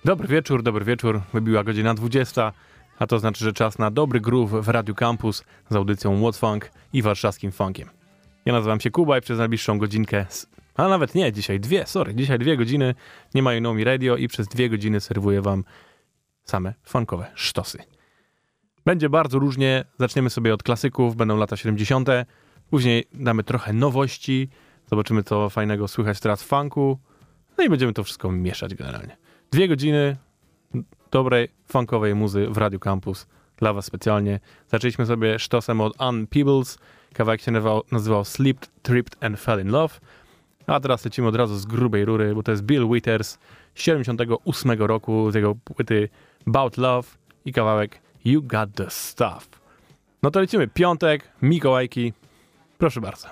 Dobry wieczór. Wybiła godzina 20, a to znaczy, że czas na dobry groove w Radiu Campus z audycją What Funk i warszawskim funkiem. Ja nazywam się Kuba i przez najbliższą godzinkę, a nawet nie, dzisiaj 2 godziny nie ma You Radio i przez 2 godziny serwuję wam same funkowe sztosy. Będzie bardzo różnie, zaczniemy sobie od klasyków, będą lata 70., później damy trochę nowości, zobaczymy co fajnego słychać teraz w funku, no i będziemy to wszystko mieszać generalnie. 2 godziny dobrej, funkowej muzy w Radiu Campus dla was specjalnie. Zaczęliśmy sobie sztosem od Ann Peebles, kawałek się nazywał Slept, Tripped and Fell in Love, a teraz lecimy od razu z grubej rury, bo to jest Bill Withers z 78 roku, z jego płyty About Love i kawałek You Got The Stuff. No to lecimy, piątek, Mikołajki, proszę bardzo.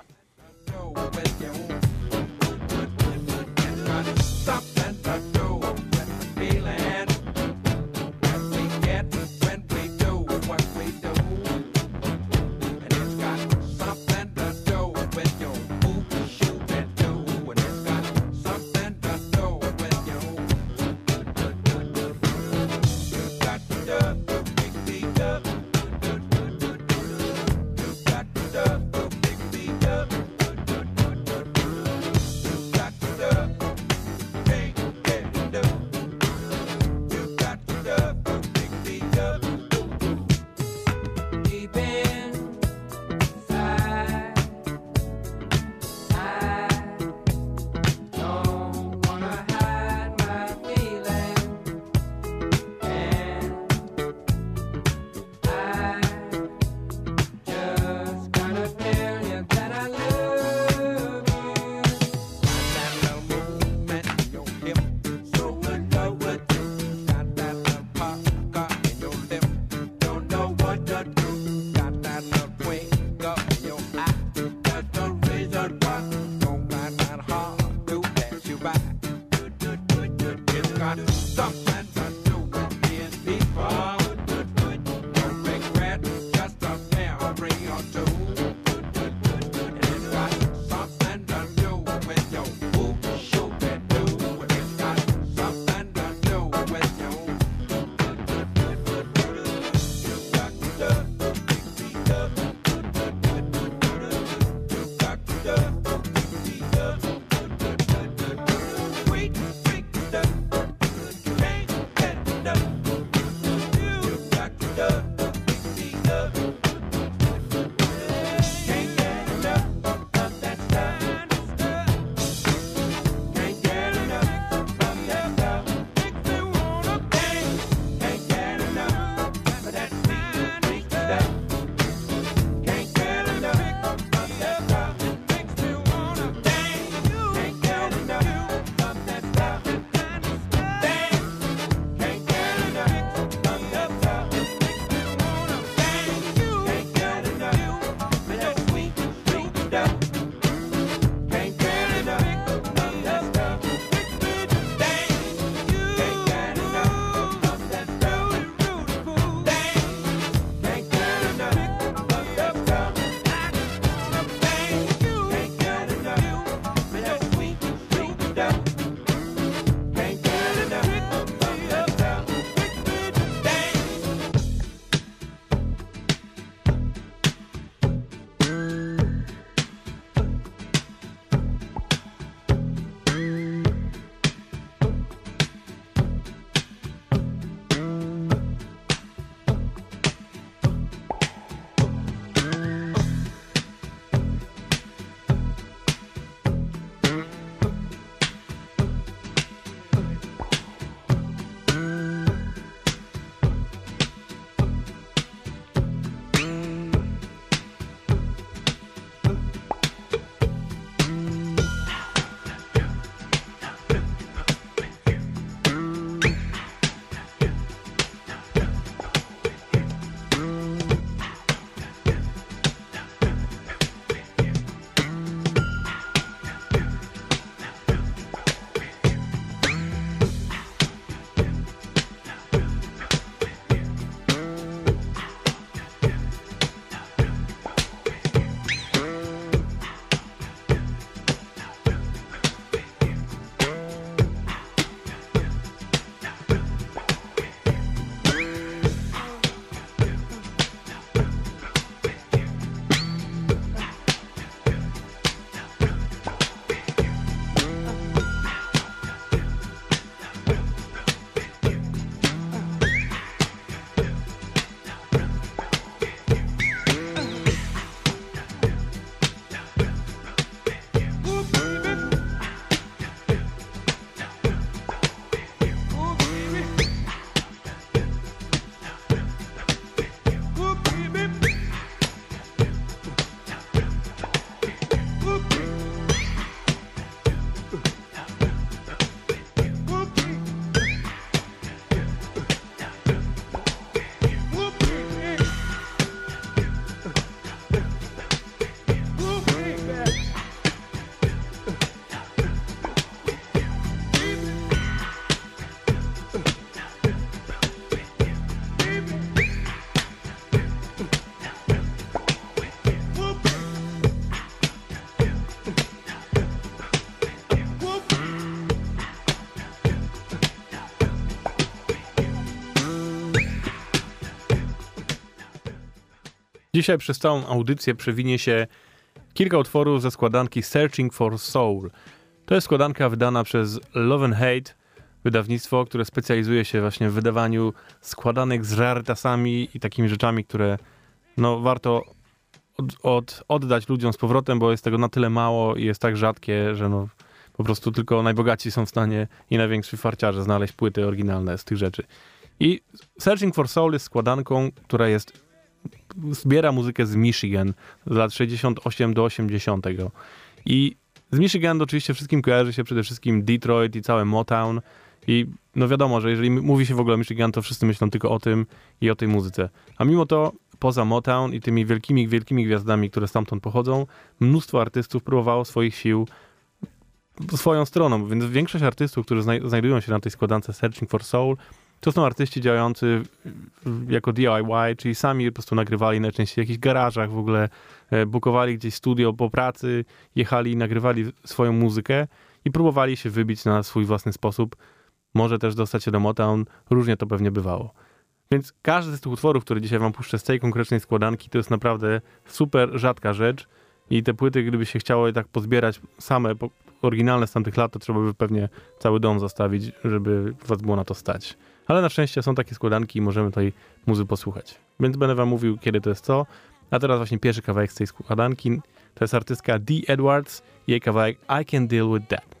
Dzisiaj przez całą audycję przewinie się kilka utworów ze składanki Searching for Soul. To jest składanka wydana przez Love and Hate, wydawnictwo, które specjalizuje się właśnie w wydawaniu składanek z rarytasami i takimi rzeczami, które warto oddać ludziom z powrotem, bo jest tego na tyle mało i jest tak rzadkie, że po prostu tylko najbogaci są w stanie i najwięksi farciarze znaleźć płyty oryginalne z tych rzeczy. I Searching for Soul jest składanką, która zbiera muzykę z Michigan z lat 68 do 80. I z Michigan oczywiście wszystkim kojarzy się przede wszystkim Detroit i całe Motown. I wiadomo, że jeżeli mówi się w ogóle o Michigan, to wszyscy myślą tylko o tym i o tej muzyce. A mimo to poza Motown i tymi wielkimi gwiazdami, które stamtąd pochodzą, mnóstwo artystów próbowało swoich sił swoją stroną, więc większość artystów, którzy znajdują się na tej składance Searching for Soul, to są artyści działający jako DIY, czyli sami po prostu nagrywali najczęściej w jakichś garażach, w ogóle bookowali gdzieś studio po pracy, jechali i nagrywali swoją muzykę i próbowali się wybić na swój własny sposób. Może też dostać się do Motown, różnie to pewnie bywało. Więc każdy z tych utworów, które dzisiaj wam puszczę z tej konkretnej składanki, to jest naprawdę super rzadka rzecz i te płyty, gdyby się chciało je tak pozbierać same, oryginalne z tamtych lat, to trzeba by pewnie cały dom zostawić, żeby was było na to stać. Ale na szczęście są takie składanki i możemy tej muzy posłuchać. Więc będę wam mówił, kiedy to jest co. A teraz właśnie pierwszy kawałek z tej składanki. To jest artystka Dee Edwards i jej kawałek I Can Deal With That.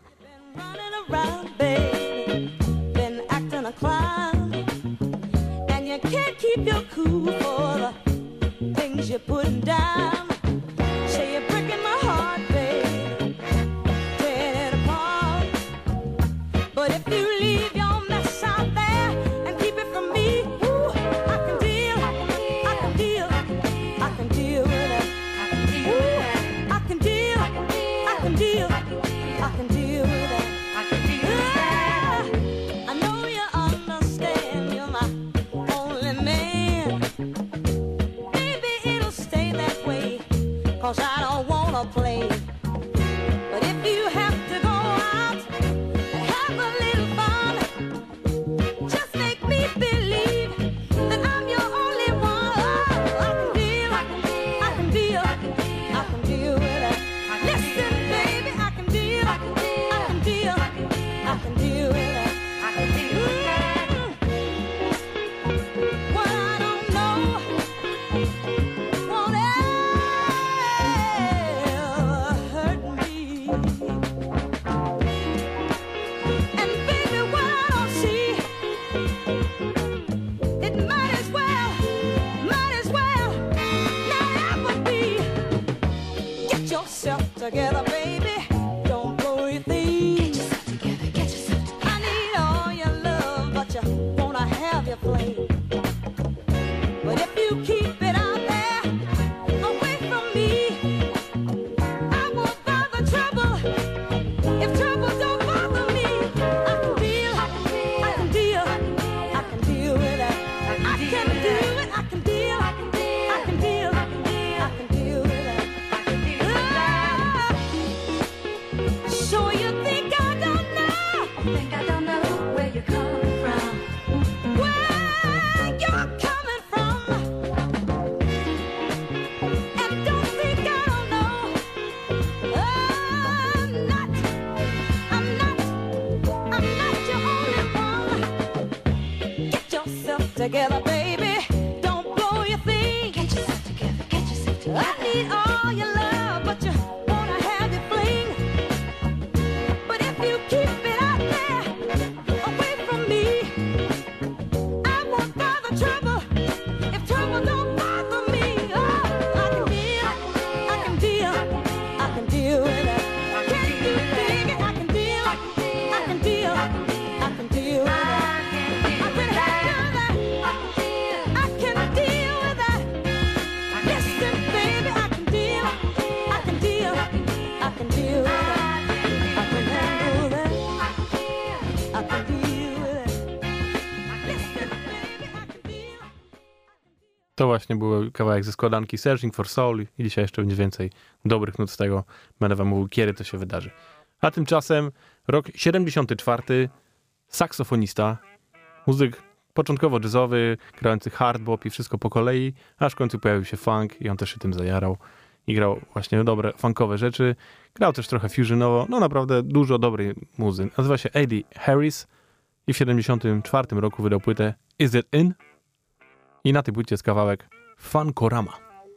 Keep your cool for the things you're putting down. Say you're breaking my heart, babe, tearing it apart. But if you leave your mess out there and keep it from me, ooh, I can deal with it. Ooh, I can deal with it. I know you understand, you're my only man. Maybe it'll stay that way, 'cause I don't wanna play. But if you have to go out and have a little fun, just make me believe that I'm your only one. Oh, I can deal with it. Listen, baby, I can deal with it. What I don't know won't ever hurt me. And baby, what I don't see, it might as well not ever be. Get yourself together, baby. Don't blow your thing. Get yourself together. I need all your love, but you wanna have your flame. But if you keep it out there, away from me, I won't bother trouble. If trouble don't bother me, I can deal with it. I can do it, I can deal with it. So you think I don't know where you're coming from. Where you're coming from. And don't think I don't know. I'm not your only one. Get yourself together, baby. Don't blow your thing. Get yourself together. I need all your love, but you wanna have your fling. But if you keep it out there, away from me, I won't bother trouble. If trouble don't bother me, oh, I can deal with it. Can you dig it? I can deal with it. I can deal with that. Listen, baby, I can deal with it. I can handle that. I can deal with it. Listen, baby, I can deal. To właśnie był kawałek ze składanki Searching for Soul i dzisiaj jeszcze będzie więcej dobrych nut z tego. Będę wam mówił, kiedy to się wydarzy. A tymczasem rok 74, saksofonista, muzyk początkowo jazzowy, grający hard bop i wszystko po kolei, aż w końcu pojawił się funk i on też się tym zajarał i grał właśnie dobre funkowe rzeczy. Grał też trochę fusionowo, no naprawdę dużo dobrej muzy. Nazywa się Eddie Harris i w 1974 roku wydał płytę Is It In? I na tej płycie jest kawałek Funkorama.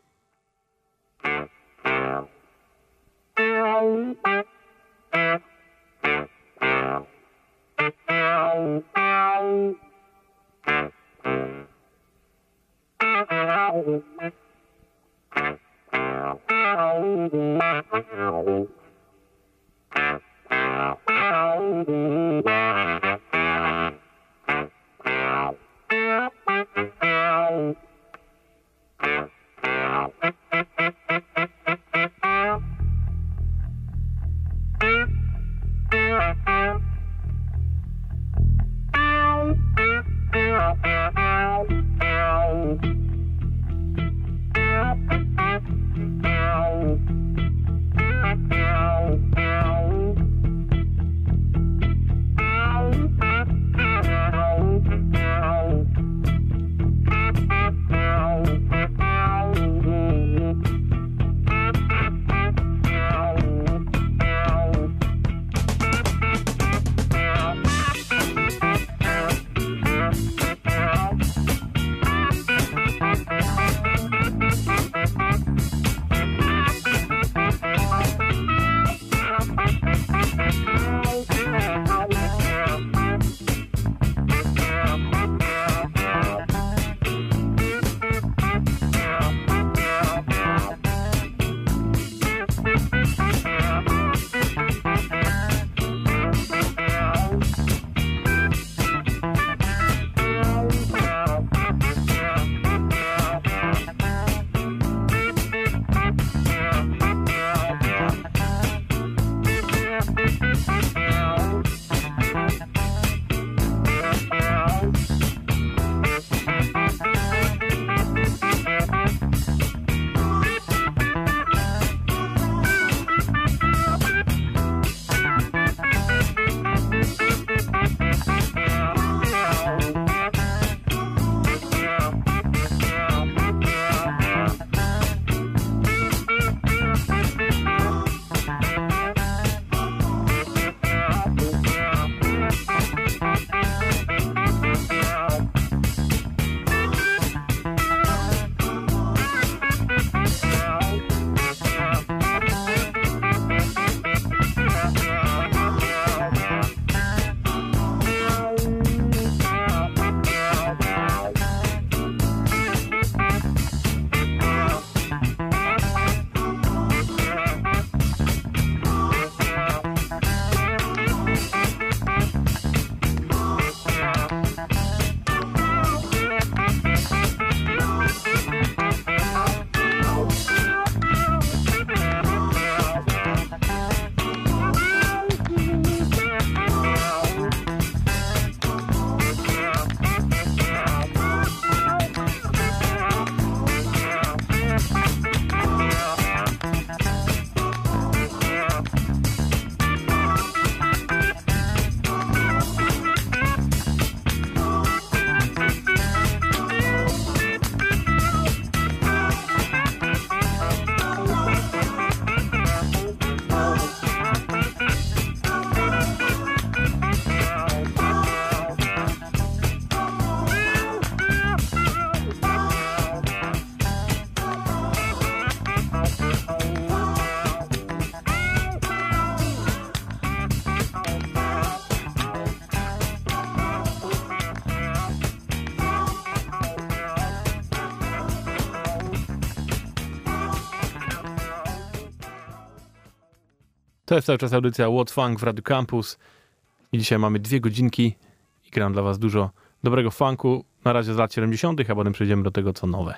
To jest cały czas audycja What Funk w Radio Campus i dzisiaj mamy 2 godzinki i gram dla was dużo dobrego funku, na razie z lat 70., a potem przejdziemy do tego, co nowe.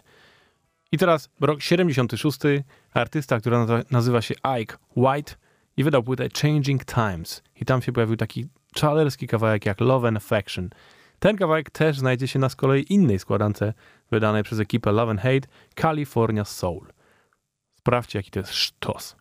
I teraz rok 76, artysta, który nazywa się Ike White i wydał płytę Changing Times i tam się pojawił taki czalerski kawałek jak Love and Affection. Ten kawałek też znajdzie się na z kolei innej składance wydanej przez ekipę Love and Hate, California Soul. Sprawdźcie, jaki to jest sztos.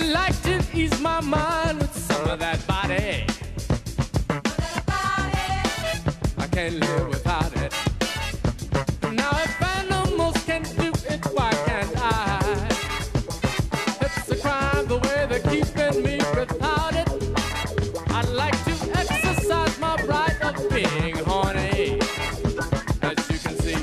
like to ease my mind with some of that body. I can't live without it. Now if animals can do it, why can't I? It's a crime the way they're keeping me without it. I'd like to exercise my right of being horny, as you can see.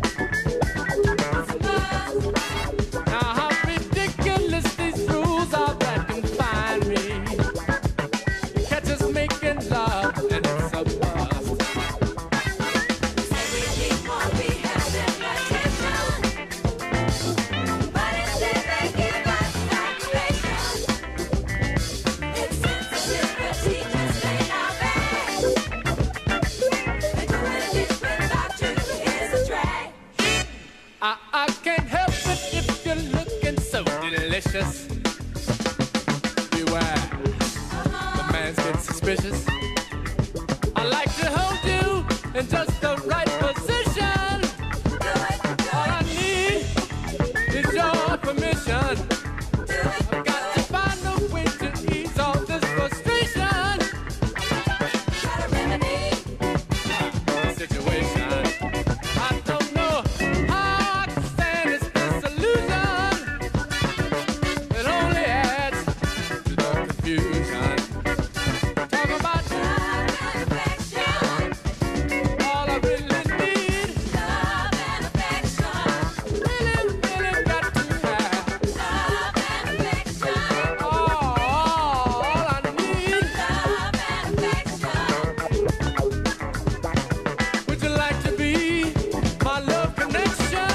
Now how ridiculous these rules are that confine me. Catch us making love and it's a bust. Say we keep on rehabilitation, but instead they give us activation. It's sensitive, but teachers stay out bad. And doing it without you is a drag. I can't help it if you're looking so delicious. Beware, the man's get suspicious. I like to hold you in just the right position. All I need is your permission. I've got to find a way to ease all this frustration. Got a remedy. Situation. I don't know how I can stand this disillusion. It only adds to the confusion. Talk about Love and affection. all I really need. Love and affection. Really, really got to have. Love and affection. All I need. Love and affection. Would you like to be my love connection?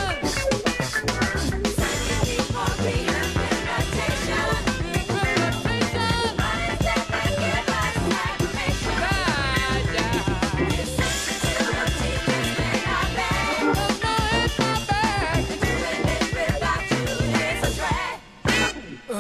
Keep on rehabilitation, Rehabilitation. but instead they give us activation. Yeah, yeah. It's sensitive, teachers stay out bad. Oh, no, it's my bag. Doing it without you is a drag.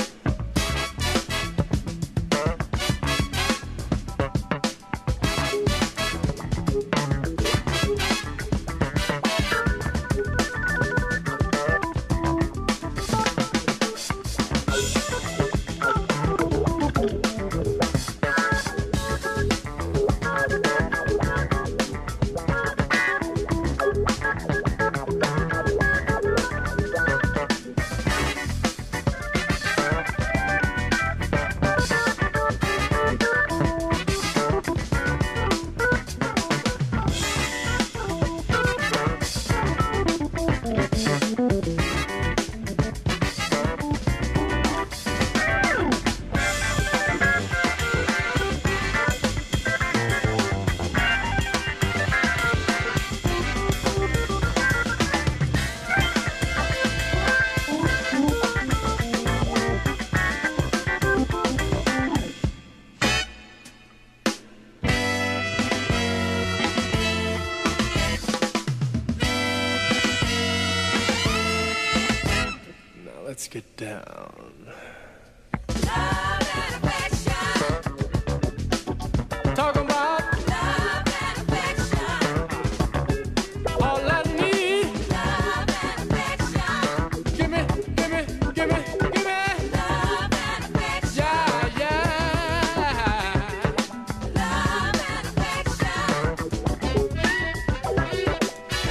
Now let's get down. Love and affection. Talking about Love and affection. all I need. Love and affection. Give me, give me, give me, give me. Love and affection. Yeah, yeah. Love and affection.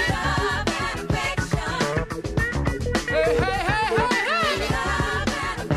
Love and affection. Hey, hey, hey, hey, hey. Love and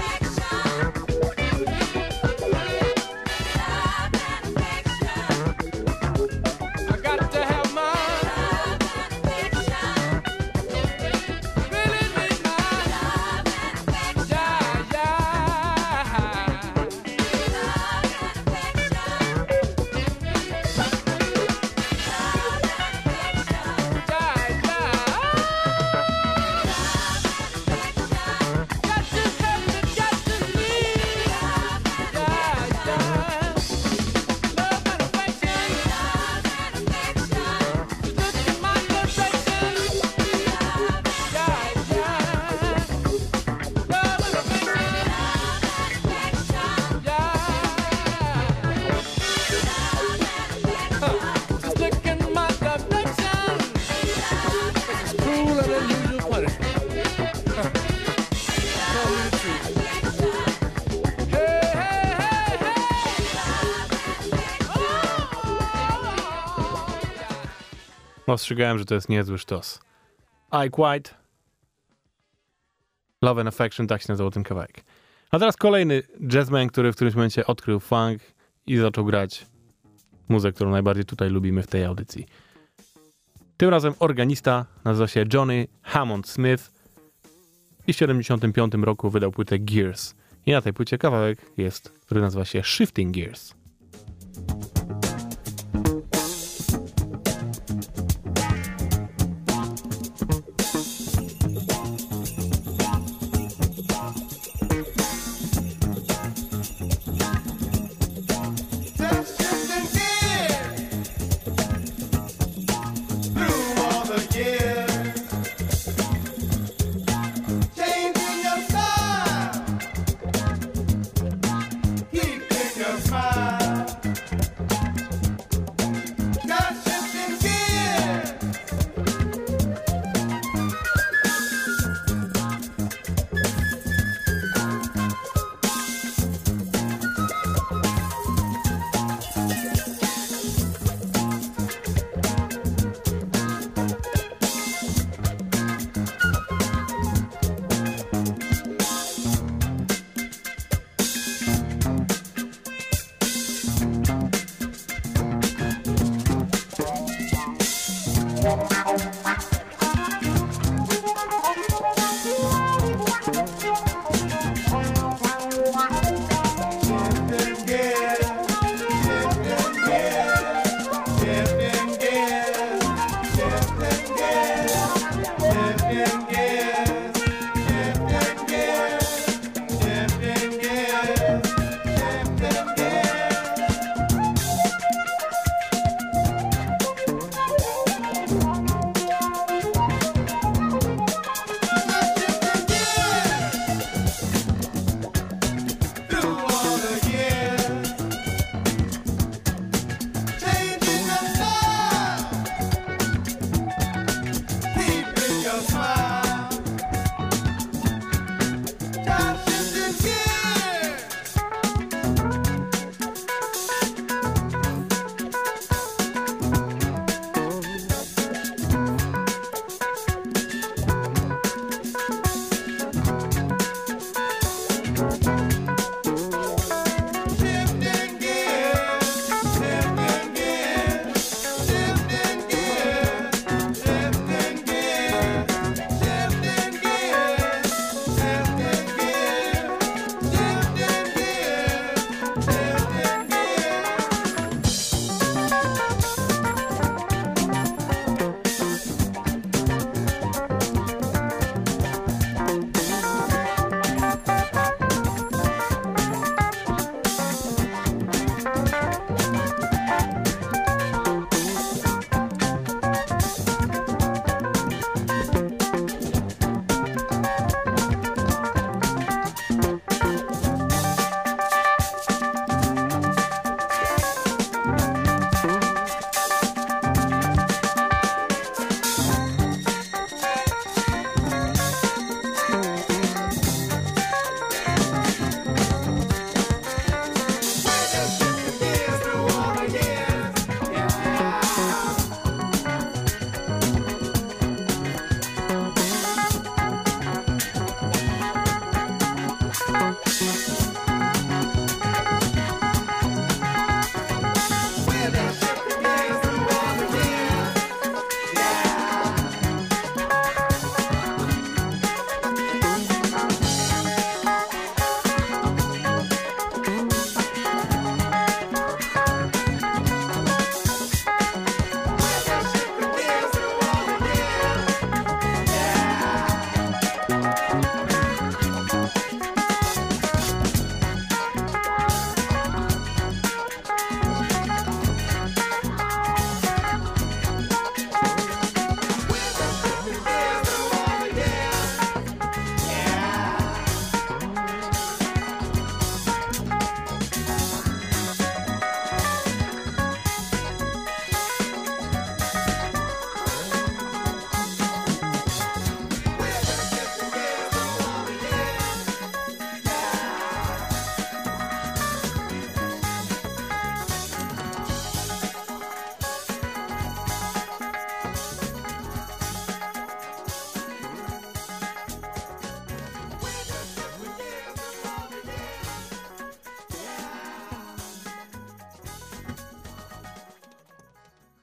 Ostrzegałem, że to jest niezły sztos. Ike White. Love and Affection, tak się nazywał ten kawałek. A teraz kolejny jazzman, który w którymś momencie odkrył funk i zaczął grać muzykę, którą najbardziej tutaj lubimy w tej audycji. Tym razem organista, nazywa się Johnny Hammond Smith i w 1975 roku wydał płytę Gears. I na tej płycie kawałek jest, który nazywa się Shifting Gears.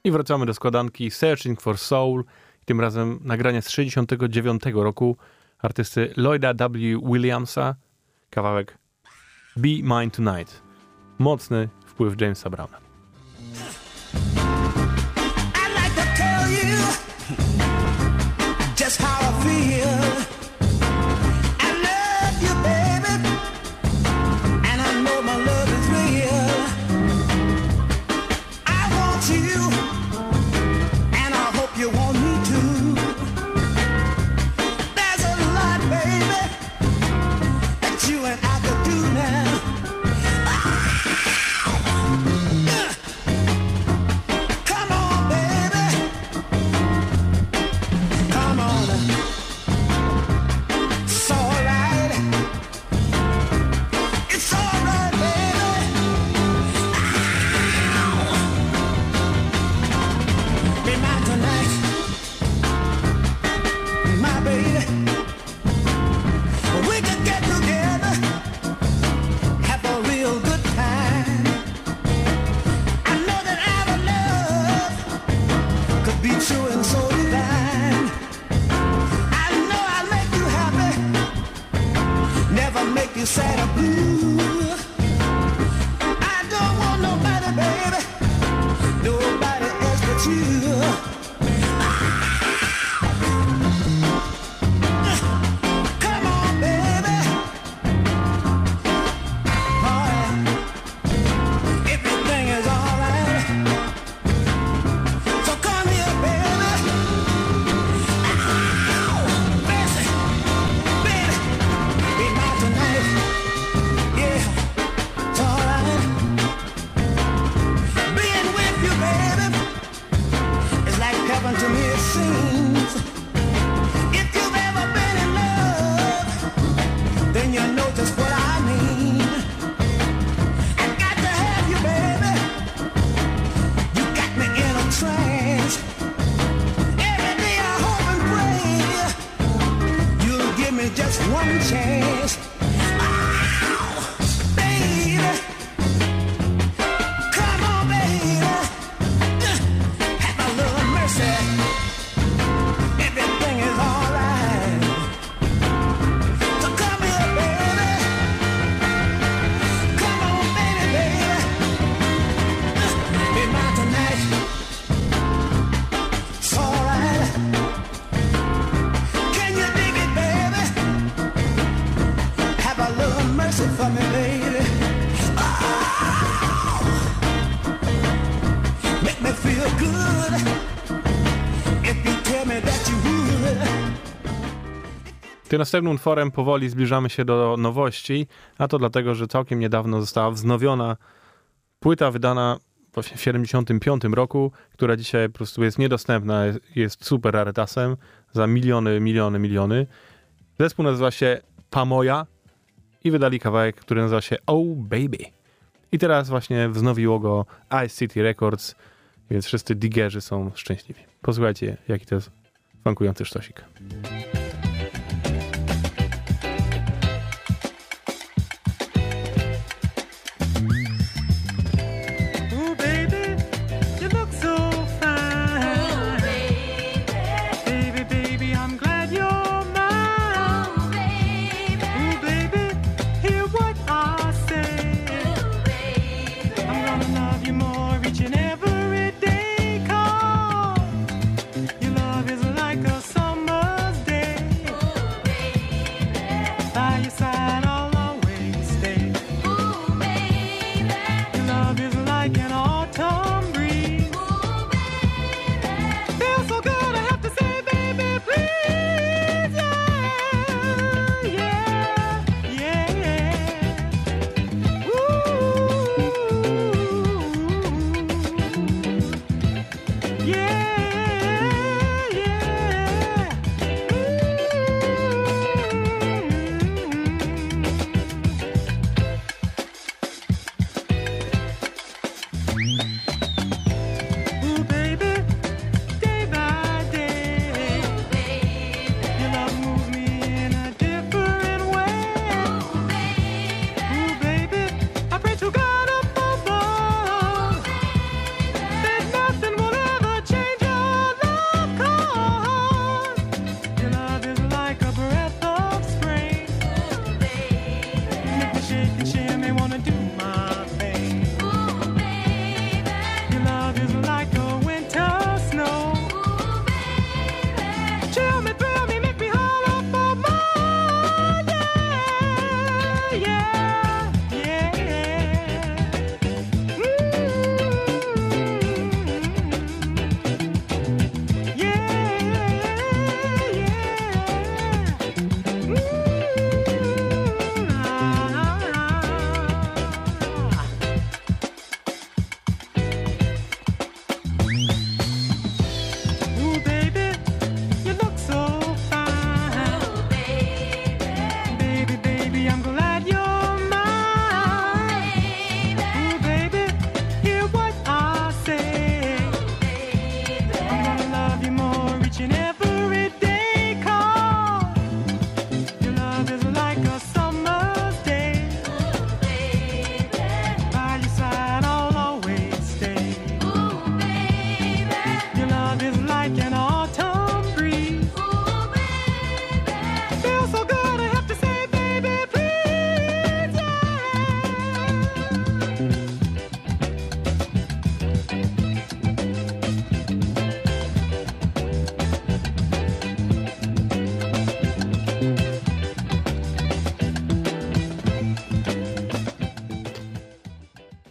I wracamy do składanki Searching for Soul. Tym razem nagranie z 69 roku artysty Lloyda W. Williamsa. Kawałek Be Mine Tonight. Mocny wpływ Jamesa Browna. I'd like to tell you just how I feel. I love you, baby, and I know my love is real. I want you, and I hope you want me too. There's a lot, baby, that you and I could do now. Come on, baby. Come on. It's all right. It's all right, baby. Be mine tonight, my baby. We could get together, have a real good time. I know that our love could be true and so divine. I know I'll make you happy, never make you sad or blue. I don't want nobody, baby, nobody else but you. Come on, baby. Oh, yeah. Everything is alright. So come here, baby. Mercy, baby, be mine tonight. Yeah, it's alright. Being with you, baby, is like heaven to me, it seems. If you've ever been in love, then you know just what I mean. I got to have you, baby. You got me in a trance. Every day I hope and pray you'll give me just one chance. Oh, baby, come on, baby. Have a little mercy. Everything is alright. So come here, baby. Come on, baby, baby. Be mine tonight. It's alright. Can you dig it, baby? Have a little mercy for me, baby. Oh, make me feel good. If you tell me that you would. Tym następnym utworem powoli zbliżamy się do nowości, a to dlatego, że całkiem niedawno została wznowiona płyta wydana właśnie w 75 roku, która dzisiaj po prostu jest niedostępna, jest super rarytasem za miliony. Zespół nazywa się Pamoja i wydali kawałek, który nazywa się Oh Baby. I teraz właśnie wznowiło go Ice City Records, więc wszyscy diggerzy są szczęśliwi. Posłuchajcie, jaki to jest funkujący sztosik. Ooh, baby, you look so fine. Baby, baby, I'm glad you're mine. Ooh, baby, hear what I say. I'm gonna love you more each and every day. 'Cause your love is like a summer's day.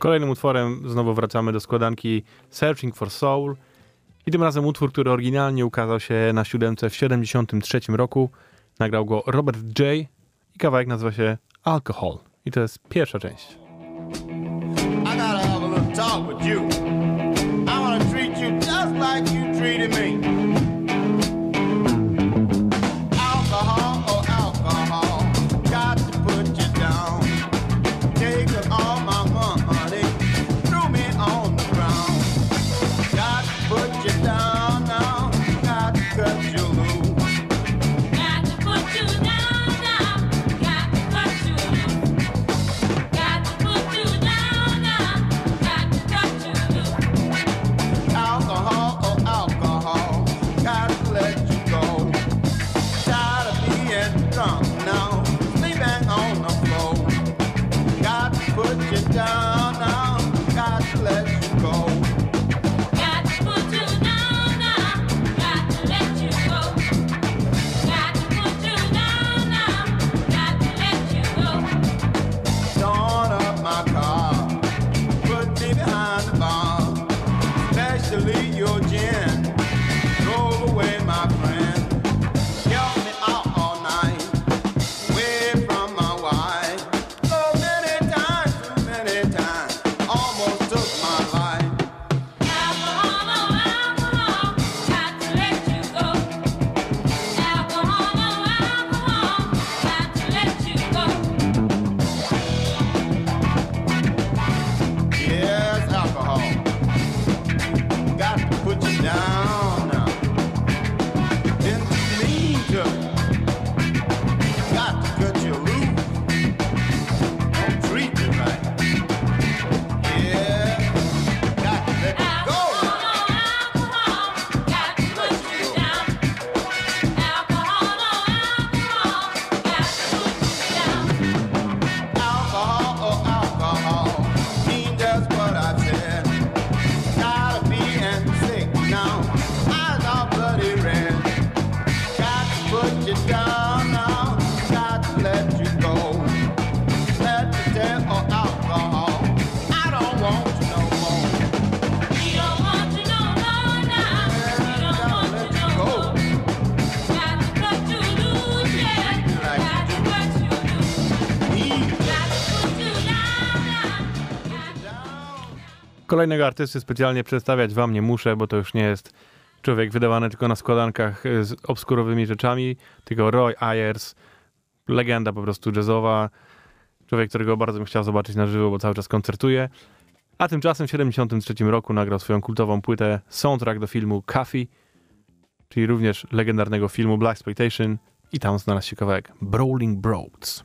Kolejnym utworem znowu wracamy do składanki Searching for Soul i tym razem utwór, który oryginalnie ukazał się na 7 w 1973 roku. Nagrał go Robert J. i kawałek nazywa się Alcohol. I to jest pierwsza część. I gotta have a little talk with you. I wanna treat you just like you treated me. Alcohol, oh alcohol, got to put you down. Taking all my money, threw me on the ground. Got to put you down now, got to cut you loose. Got to put you down now. Got to cut you loose. Got to put you down now. Got to cut you loose. Alcohol, oh alcohol, got to let you go. Tired of being drunk now, sleeping on the floor. Got to put you down now, got to let you go. Got to put you down now. Got to let you go. Got to put you down now. Got to let you go. Dawn up my car, put me behind the bar. Especially your gin, drove away my friend. Kept me out all night, away from my wife. So many times, too many times, almost took my life. Alcohol, oh alcohol, got to let you go. Alcohol, oh alcohol, got to let you go. Yes, alcohol. Got to put you down now. Didn't mean to. Got to cut you loose. Don't treat me right. Yeah, got to let you go. Alcohol, got to put you down. Alcohol, oh alcohol, got to put you down. Alcohol, oh alcohol, mean just what I said. Gotta be sick now. Eyes are bloody red. Got to put you down now. Got to let you go. Let me tell oh alcohol, I don't want you no more. We don't want you no more now. We don't want you no more. Got to cut you loose, yeah. Got to cut you loose. Got to put you down now. Kolejnego artysty specjalnie przedstawiać wam nie muszę, bo to już nie jest człowiek wydawany tylko na składankach z obskurowymi rzeczami, tylko Roy Ayers, legenda po prostu jazzowa, człowiek, którego bardzo bym chciał zobaczyć na żywo, bo cały czas koncertuje. A tymczasem w 1973 roku nagrał swoją kultową płytę soundtrack do filmu Coffee, czyli również legendarnego filmu Blaxploitation, i tam znalazł się kawałek Brawling Broads.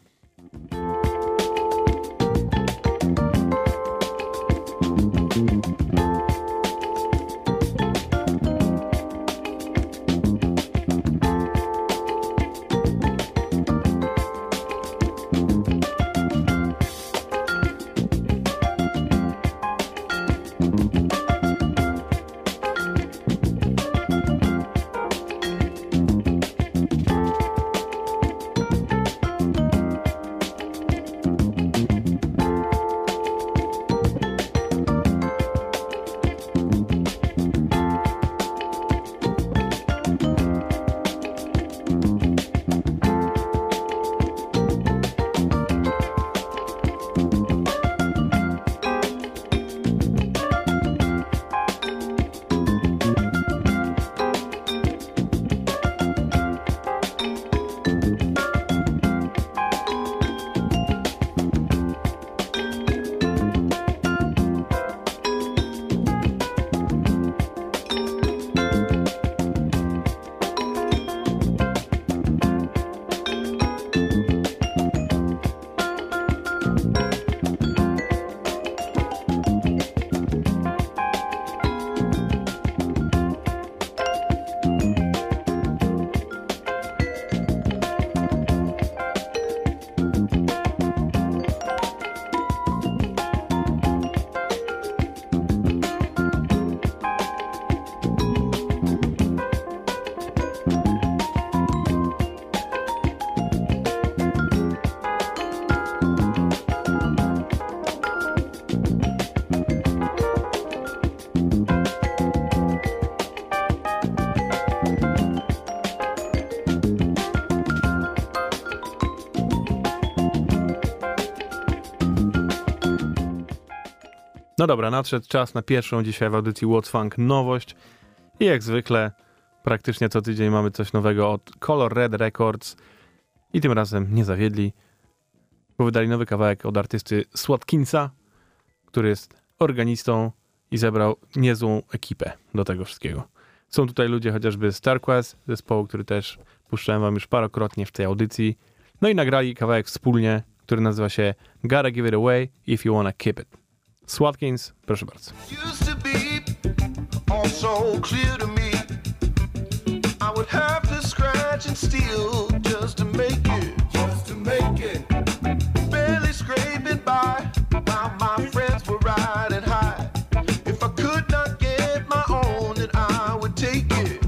No dobra, nadszedł czas na pierwszą dzisiaj w audycji What's Funk nowość. I jak zwykle praktycznie co tydzień mamy coś nowego od Color Red Records. I tym razem nie zawiedli, bo wydali nowy kawałek od artysty Swatkinsa, który jest organistą i zebrał niezłą ekipę do tego wszystkiego. Są tutaj ludzie chociażby z Turquoise, zespołu, który też puszczałem wam już parokrotnie w tej audycji. No i nagrali kawałek wspólnie, który nazywa się Gotta Give It Away If You Wanna Keep It. Swatkins, proszę bardzo. Used to be all so clear to me. I would have to scratch and steal just to make it, barely scraping by while my friends were riding high. If I could not get my own, then I would take it.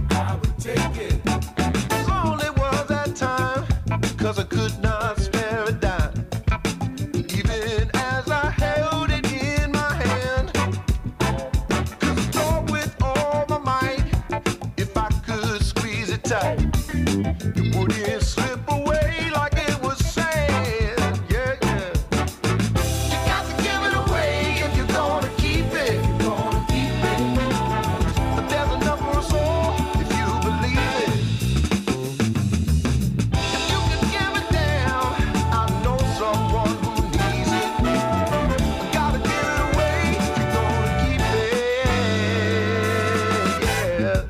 Lonely was that time, 'cause I could not spare a dime. Even as I held it in my hand, 'cause I thought with all my might, if I could squeeze it tight, it wouldn't slip away like it was sand. Yeah, yeah. You got to give it away if you're gonna keep it. But there's enough for us all if you believe it. If you can give it down, I know someone who needs it. Gotta give it away if you're gonna keep it. Yeah.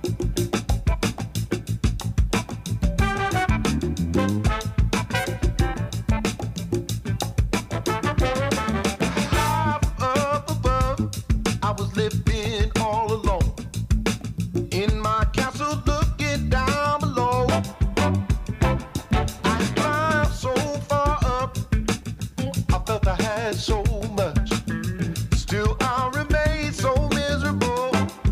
High up above, I was living all alone. In my castle, looking down below. I climbed so far up, I felt I had so much. Still, I remain so miserable.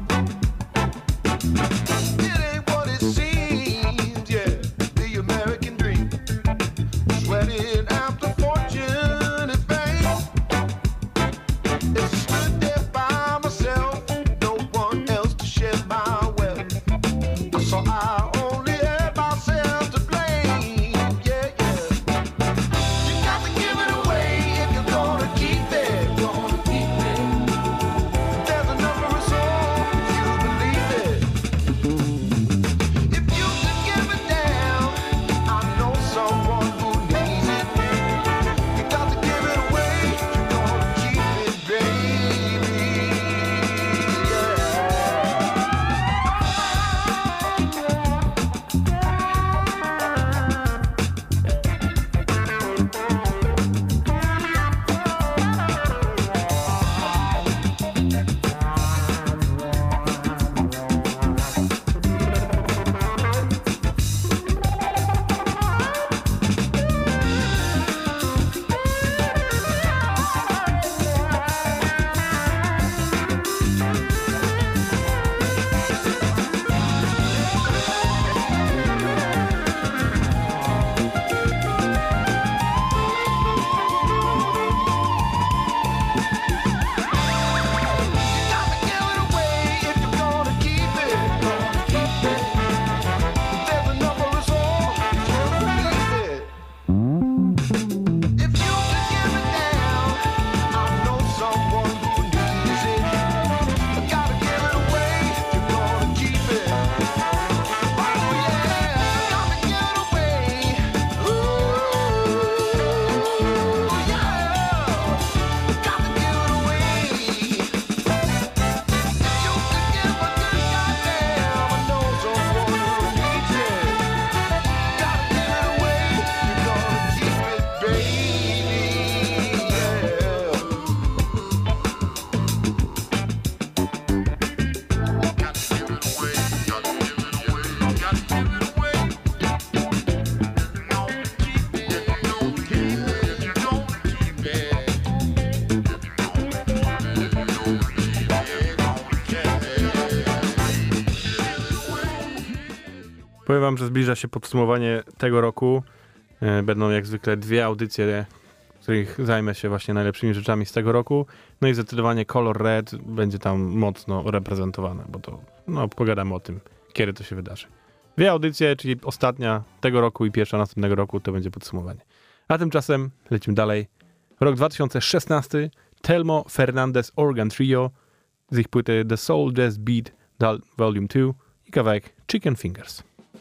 It ain't what it seems, yeah, the American dream. Sweating after fortune and fame. If I stood there by myself, no one else to share my wealth. So I only had myself to blame. Yeah, yeah. You got to give it away if you're gonna keep it. There's enough for us all if you believe it. If you can give it down, I know someone who needs it. You got to give it away if you're gonna keep it, baby. Yeah. You gotta give it away if you're gonna keep it. There's enough for us all if you believe it. If you can give it down, I know someone who needs it. You gotta give it away if you're gonna keep it. Oh yeah, gotta give it away. Ooh yeah, gotta give it away. If you can give a good goddamn, I know someone who needs it. Gotta give it away if you're gonna keep it, baby. Yeah. Gotta give it away, gotta give it away, gotta give it away. No, keep it, no, keep it, you don't keep it. Powiem wam, że zbliża się podsumowanie tego roku. Będą jak zwykle dwie audycje, w których zajmę się właśnie najlepszymi rzeczami z tego roku. No i zdecydowanie Color Red będzie tam mocno reprezentowane, bo to, no, pogadamy o tym, kiedy to się wydarzy. Dwie audycje, czyli ostatnia tego roku i pierwsza następnego roku, to będzie podsumowanie. A tymczasem lecimy dalej. Rok 2016, Telmo Fernandez Organ Trio z ich płyty The Soul Jazz Beat Volume 2 i kawałek Chicken Fingers.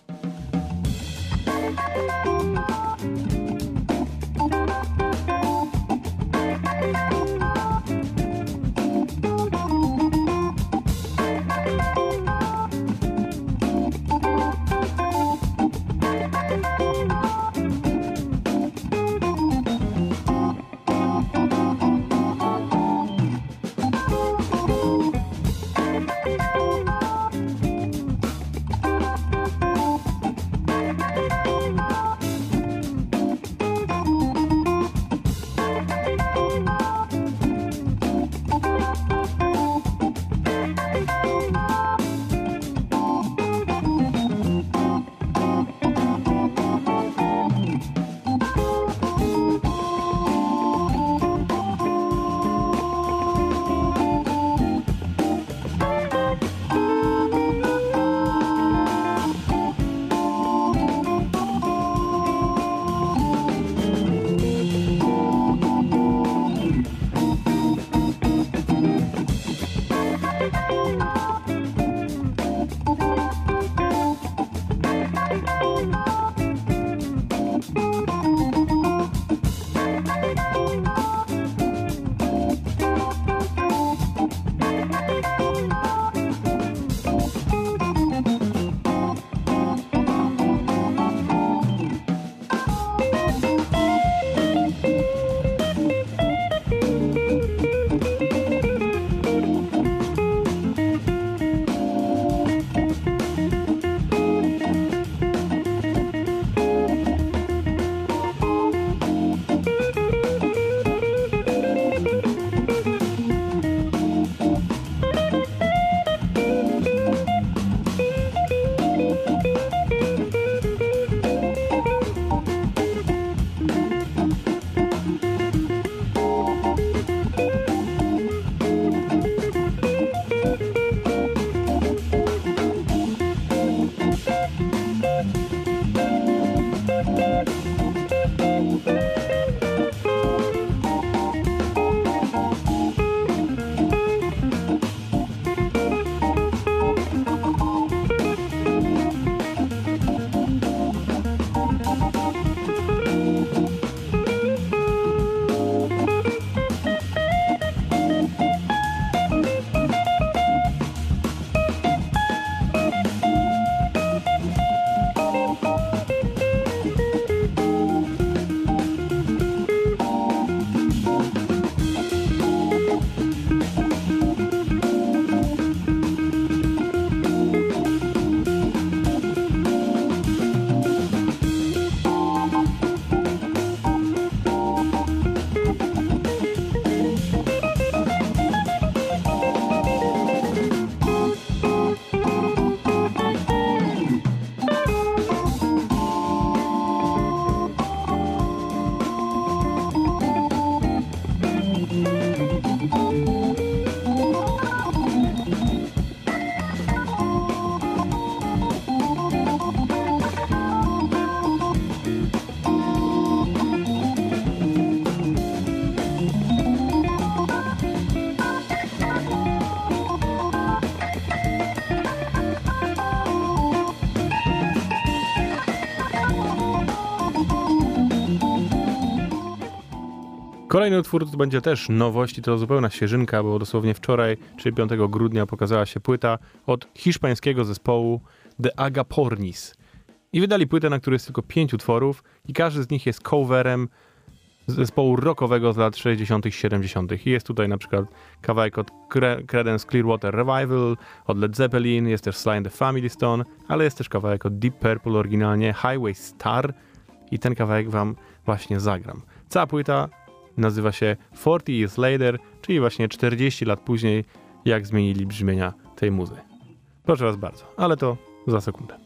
Kolejny utwór to będzie też nowość i to zupełna świeżynka, bo dosłownie wczoraj, czyli 5 grudnia, pokazała się płyta od hiszpańskiego zespołu The Agapornis. I wydali płytę, na której jest tylko 5 utworów i każdy z nich jest coverem zespołu rockowego z lat 60., 70. I jest tutaj na przykład kawałek od Creedence Clearwater Revival, od Led Zeppelin, jest też Sly and the Family Stone, ale jest też kawałek od Deep Purple, oryginalnie Highway Star i ten kawałek wam właśnie zagram. Cała płyta nazywa się 40 Years Later, czyli właśnie 40 lat później, jak zmienili brzmienia tej muzy. Proszę was bardzo, ale to za sekundę.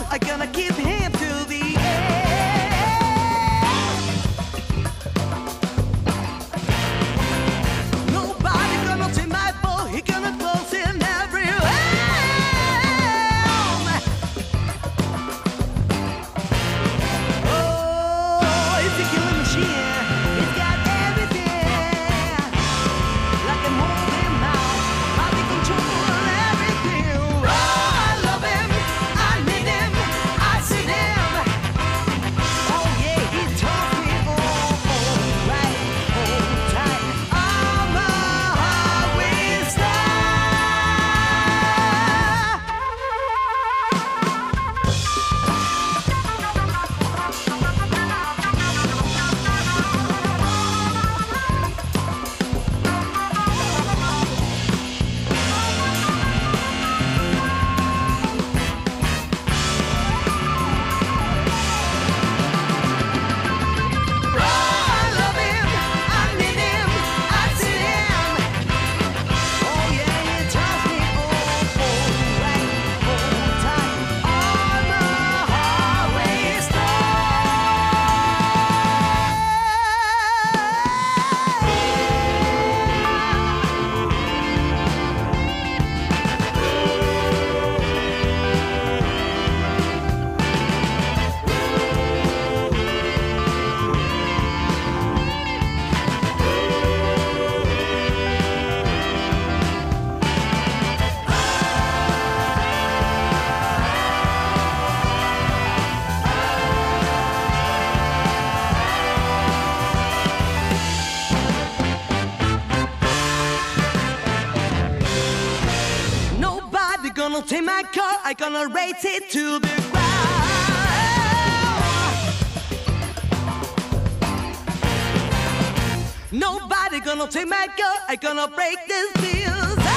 I'm gonna keep him till the end. Nobody gonna take my boy, he gonna close him everywhere. Oh, it's a killing machine. It's got everything. Like a moving mouse, I can control everything. Oh, I love him, I need him, I see him. Oh yeah, he taught me all right, all tight. I'm a highway star. I love him, I need him, I see him. Oh yeah, he tells me all right, all time. I'm a highway Nobody gonna take my car, I gonna race it to the ground. Nobody gonna take my car, I gonna break this wheels down.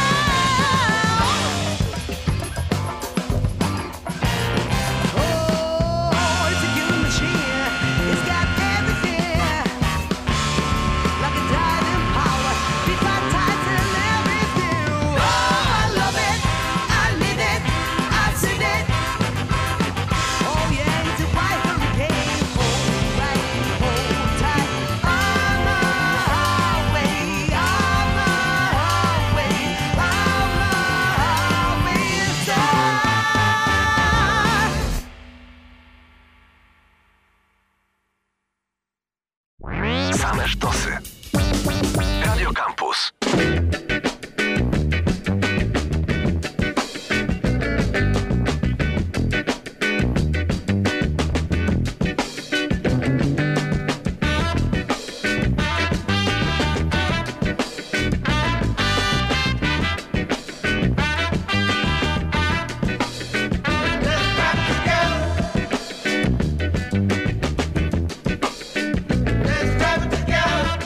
Oh, it's a killing machine, it's got everything. Like a driving power, beat my tires and everything. Oh, I love it, I need it, I see it. Oh yeah, it's a white hurricane. Oh right, hold tight. I'm a highway star. Same sztosy. Radio Campus. Let's drive it together.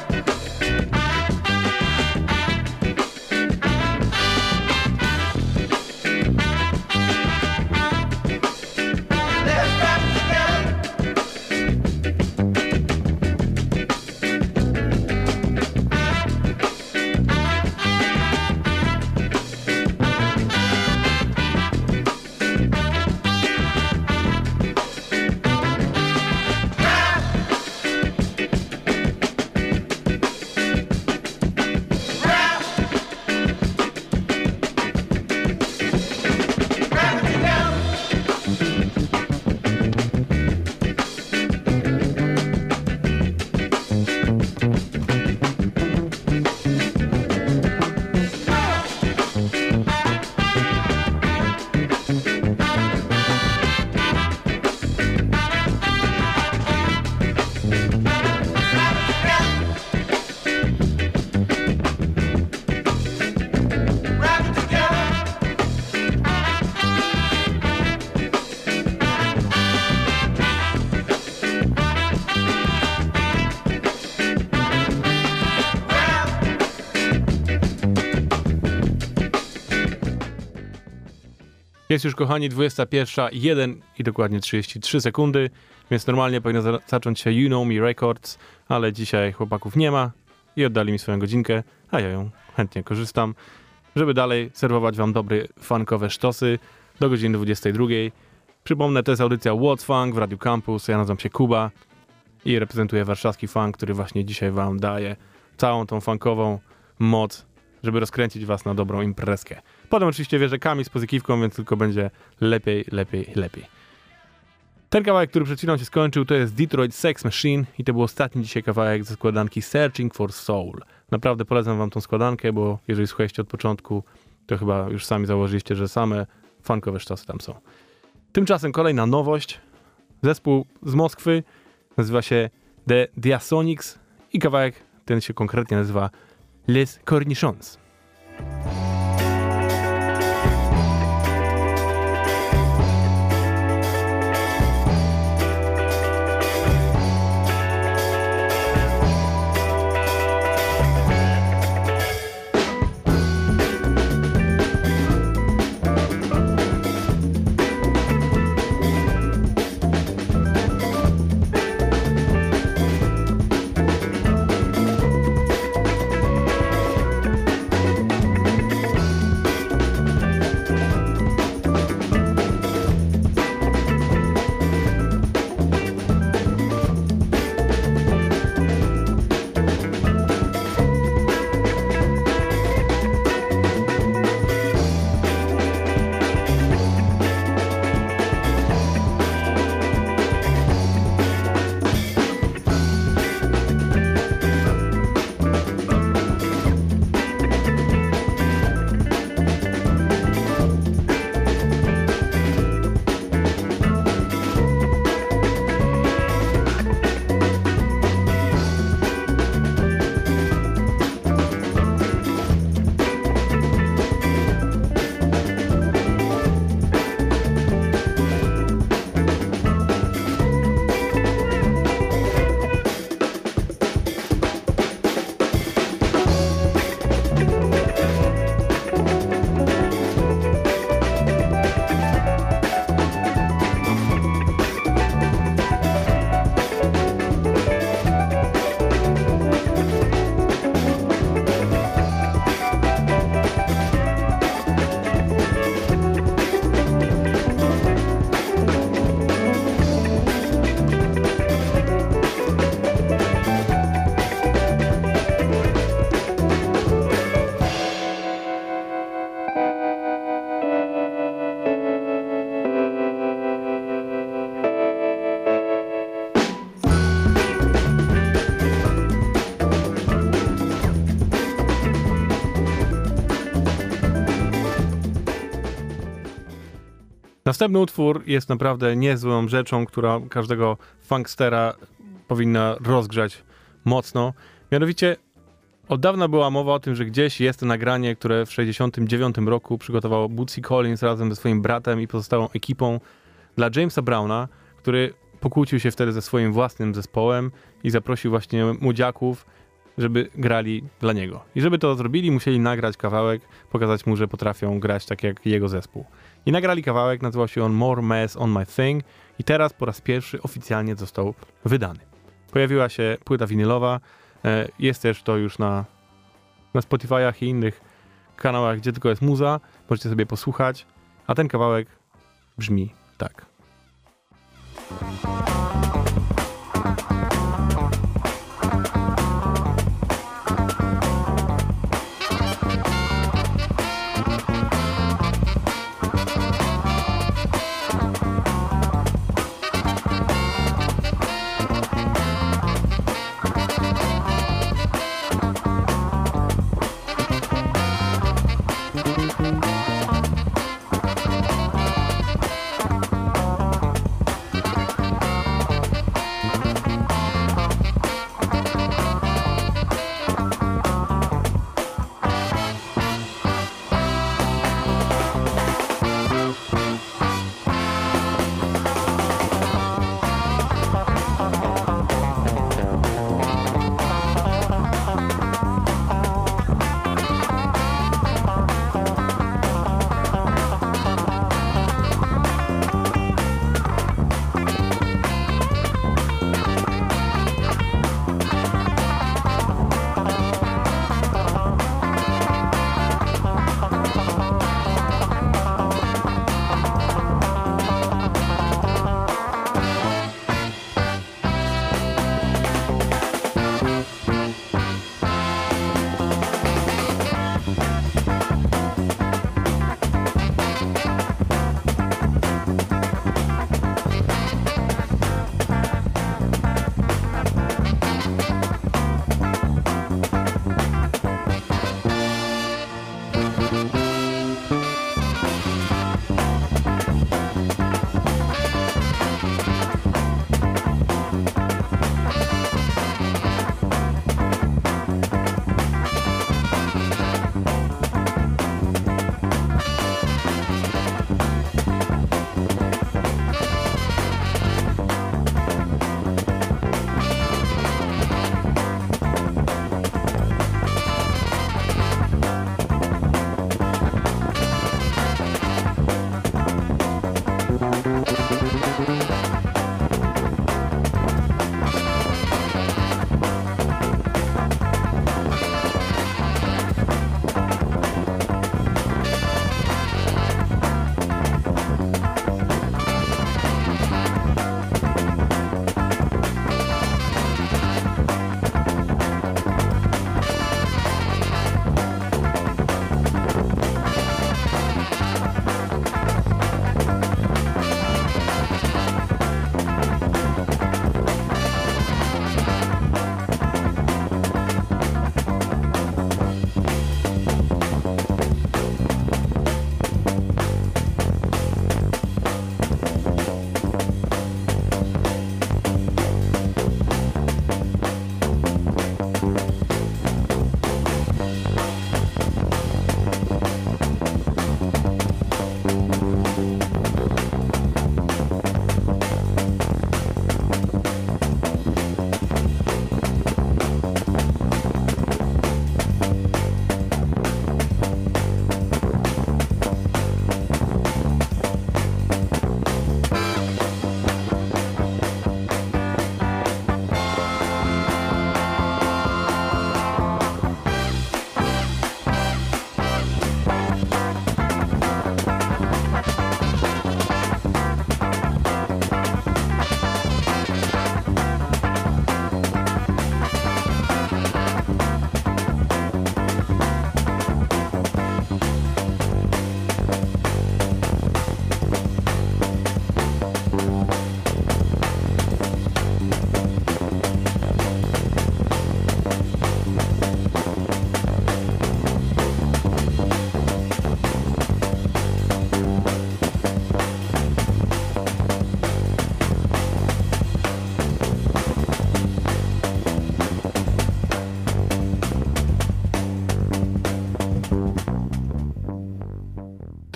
Jest już, kochani, 21:01 i dokładnie 33 sekundy, więc normalnie powinno zacząć się You Know Me Records, ale dzisiaj chłopaków nie ma i oddali mi swoją godzinkę, a ja ją chętnie korzystam, żeby dalej serwować wam dobre, funkowe sztosy do godziny 22. Przypomnę, to jest audycja What's Funk w Radiu Campus. Ja nazywam się Kuba i reprezentuję warszawski funk, który właśnie dzisiaj wam daje całą tą funkową moc, żeby rozkręcić was na dobrą imprezkę. Potem oczywiście wierzę Kami z pozykiwką, więc tylko będzie lepiej. Ten kawałek, który przed chwilą się skończył, to jest Detroit Sex Machine i to był ostatni dzisiaj kawałek ze składanki Searching for Soul. Naprawdę polecam wam tą składankę, bo jeżeli słuchaliście od początku, to chyba już sami założyliście, że same funkowe sztosy tam są. Tymczasem kolejna nowość. Zespół z Moskwy nazywa się The Diasonics i kawałek ten się konkretnie nazywa Les Cornichons. Następny utwór jest naprawdę niezłą rzeczą, która każdego funkstera powinna rozgrzać mocno. Mianowicie od dawna była mowa o tym, że gdzieś jest to nagranie, które w 1969 roku przygotował Bootsy Collins razem ze swoim bratem i pozostałą ekipą dla Jamesa Browna, który pokłócił się wtedy ze swoim własnym zespołem i zaprosił właśnie młodziaków, żeby grali dla niego. I żeby to zrobili, musieli nagrać kawałek, pokazać mu, że potrafią grać tak jak jego zespół. I nagrali kawałek, nazywał się on More Mess on My Thing i teraz po raz pierwszy oficjalnie został wydany. Pojawiła się płyta winylowa, jest też to już na Spotify'ach i innych kanałach, gdzie tylko jest muza, możecie sobie posłuchać, a ten kawałek brzmi tak.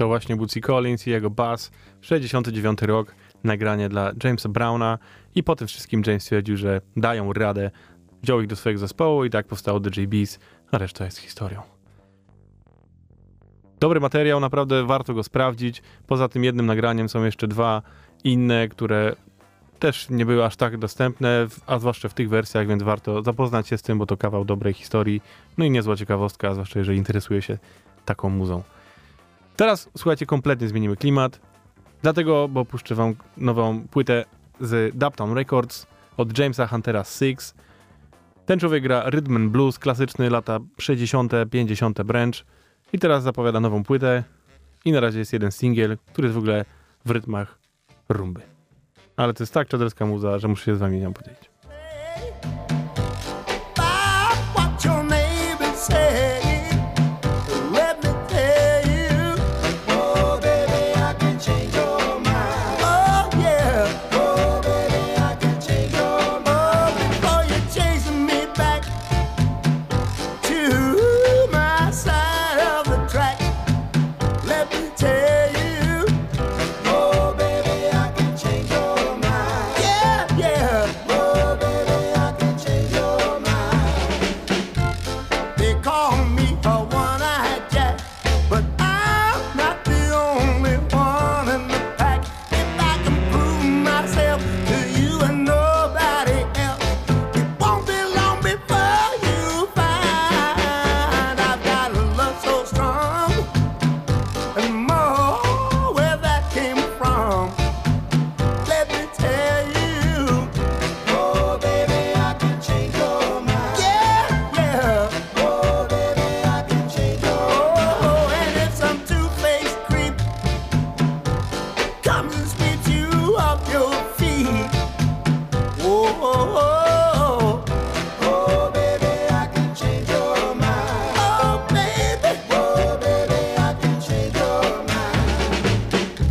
To właśnie Bootsy Collins i jego Bass, 69 rok, nagranie dla Jamesa Browna i po tym wszystkim James stwierdził, że dają radę, wziął ich do swojego zespołu i tak powstało The JBs, a reszta jest historią. Dobry materiał, naprawdę warto go sprawdzić. Poza tym jednym nagraniem są jeszcze dwa inne, które też nie były aż tak dostępne, a zwłaszcza w tych wersjach, więc warto zapoznać się z tym, bo to kawał dobrej historii. No i niezła ciekawostka, zwłaszcza jeżeli interesuje się taką muzą. Teraz, słuchajcie, kompletnie zmienimy klimat, dlatego, bo puszczę wam nową płytę z Dubtown Records od Jamesa Huntera Six. Ten człowiek gra rhythm and blues, klasyczny, lata 60., 50. branch. I teraz zapowiada nową płytę i na razie jest jeden singiel, który jest w ogóle w rytmach rumby. Ale to jest tak czaderska muza, że muszę się z wami nią podzielić. What your neighbors say, let me tell you. Oh, baby, I can change your mind. Oh, yeah. Oh, baby, I can change your mind. Before you're chasing me back to my side of the track, let me tell you. Oh, baby, I can change your mind. Yeah, yeah. Oh, baby, I can change your mind. They call me a one-eyed Jack, but I'm not the only one in the pack. If I can prove myself to you and nobody else, it won't be long before you find I've got a love so strong and more where that came from. Let me tell you. Oh, baby, I can change your mind. Yeah, yeah. Oh, baby, I can change your mind. Oh, and if some two-faced creep comes and sweeps you off your feet. Oh, oh, oh, oh, baby, I can change your mind. Oh, baby, I can change your mind.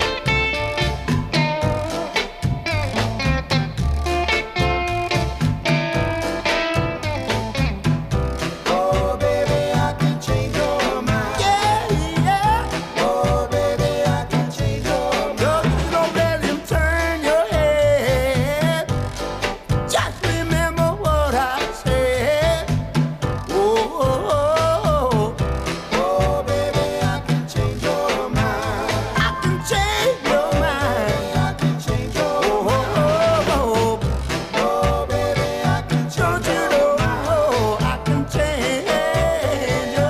Oh, baby, I can change your mind. Yeah, yeah. Oh, baby, I can change your mind. Don't let him turn your head. Just remember what I said. Oh, oh, oh, oh, baby, I can change your mind. I can change your mind. I can change your mind. Oh, baby, I can change your mind. Oh, I can change your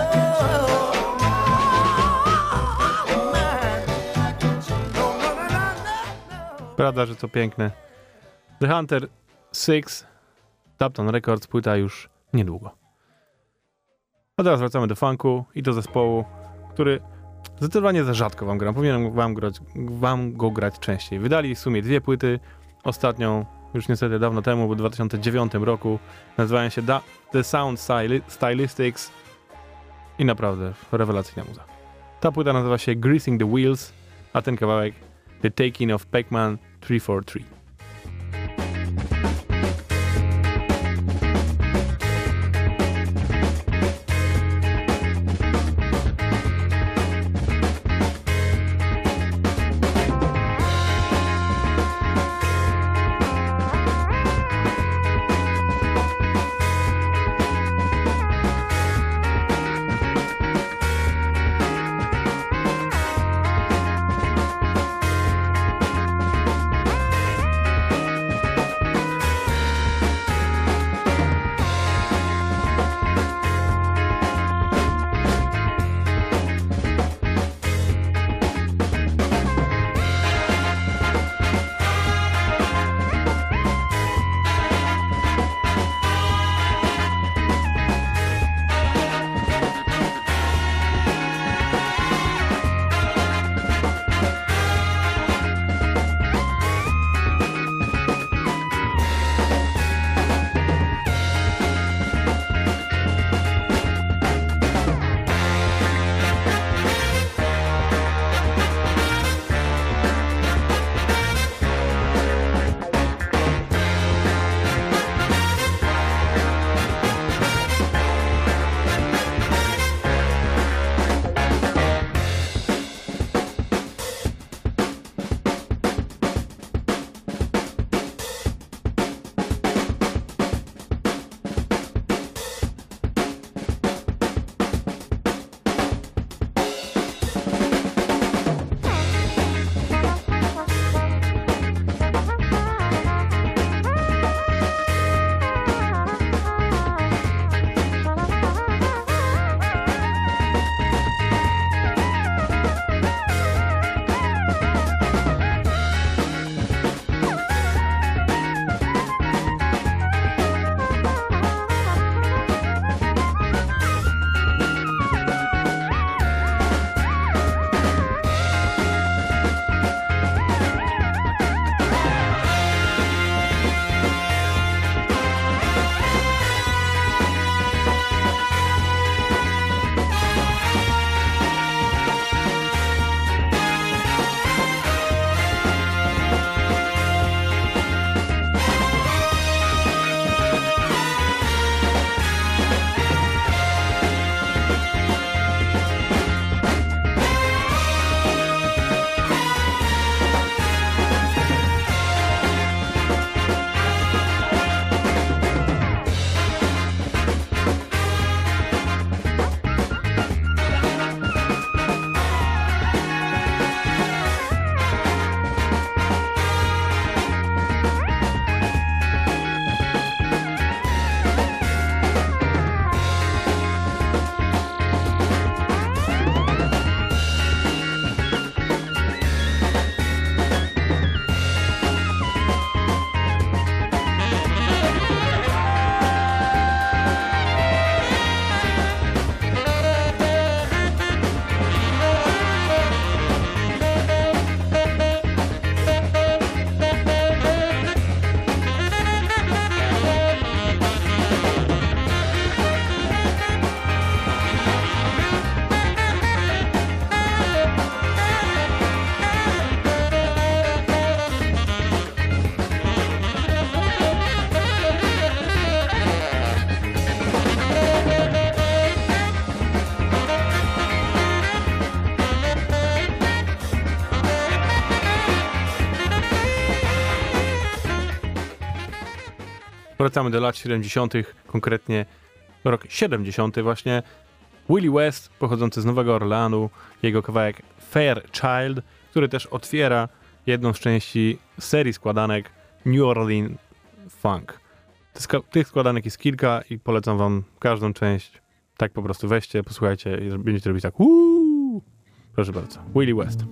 mind. I can change your mind. Prawda, że to piękne. The Hunter Six, Dubtown Records, płyta już niedługo. A teraz wracamy do funku i do zespołu, który zdecydowanie za rzadko wam gram. Powinienem wam go grać częściej. Wydali w sumie dwie płyty. Ostatnią już niestety dawno temu, bo w 2009 roku. Nazywają się The Sound Stylistics i naprawdę rewelacyjna muza. Ta płyta nazywa się Greasing the Wheels, a ten kawałek The Taking of Pac-Man 343. Wracamy do lat 70., konkretnie rok 70. właśnie. Willie West, pochodzący z Nowego Orleanu, jego kawałek Fairchild, który też otwiera jedną z części serii składanek New Orleans Funk. Tych składanek jest kilka i polecam wam każdą część. Tak po prostu weźcie, posłuchajcie i będziecie robić tak. Proszę bardzo. Willie West.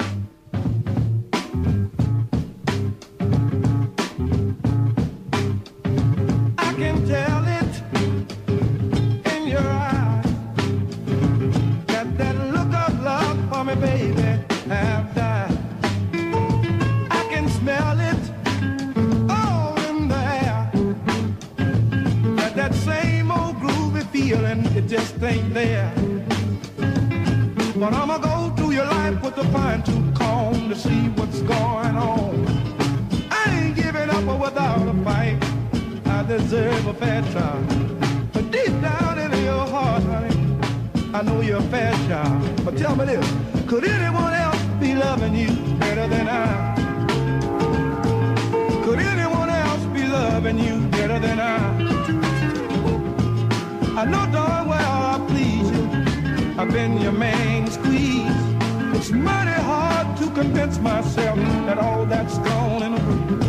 I can tell it in your eyes that look of love for me, baby, have died. I can smell it all in the air. That same old groovy feeling, it just ain't there. But I'ma go through your life with a fine-tooth comb to see what's going on. I ain't giving up without a fight. I deserve a fair trial. But deep down in your heart, honey, I know you're a fair child. But tell me this, could anyone else be loving you better than I? Could anyone else be loving you better than I know darn well I please you. I've been your main squeeze. It's mighty hard to convince myself that all that's gone in a breeze.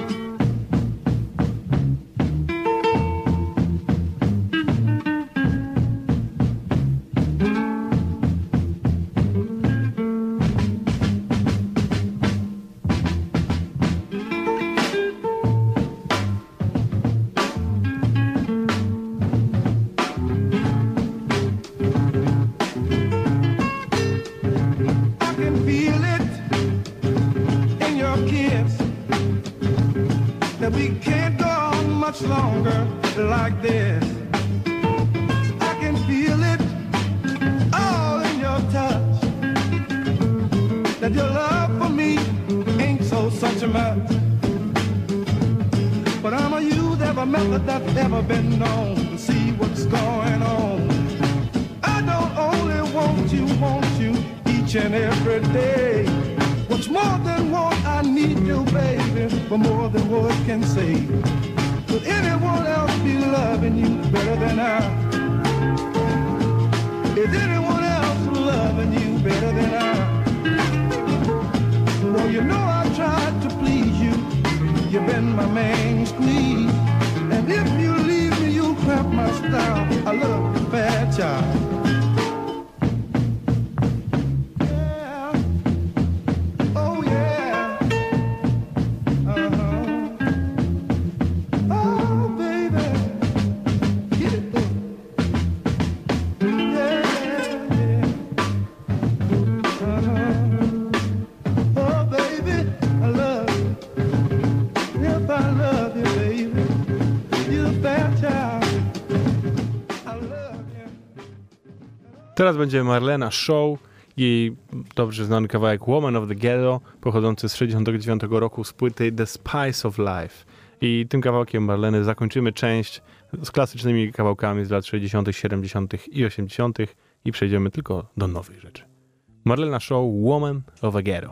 Teraz będzie Marlena Shaw, jej dobrze znany kawałek Woman of the Ghetto, pochodzący z 1969 roku z płyty The Spice of Life. I tym kawałkiem Marleny zakończymy część z klasycznymi kawałkami z lat 60., 70. i 80. i przejdziemy tylko do nowych rzeczy. Marlena Shaw, Woman of the Ghetto.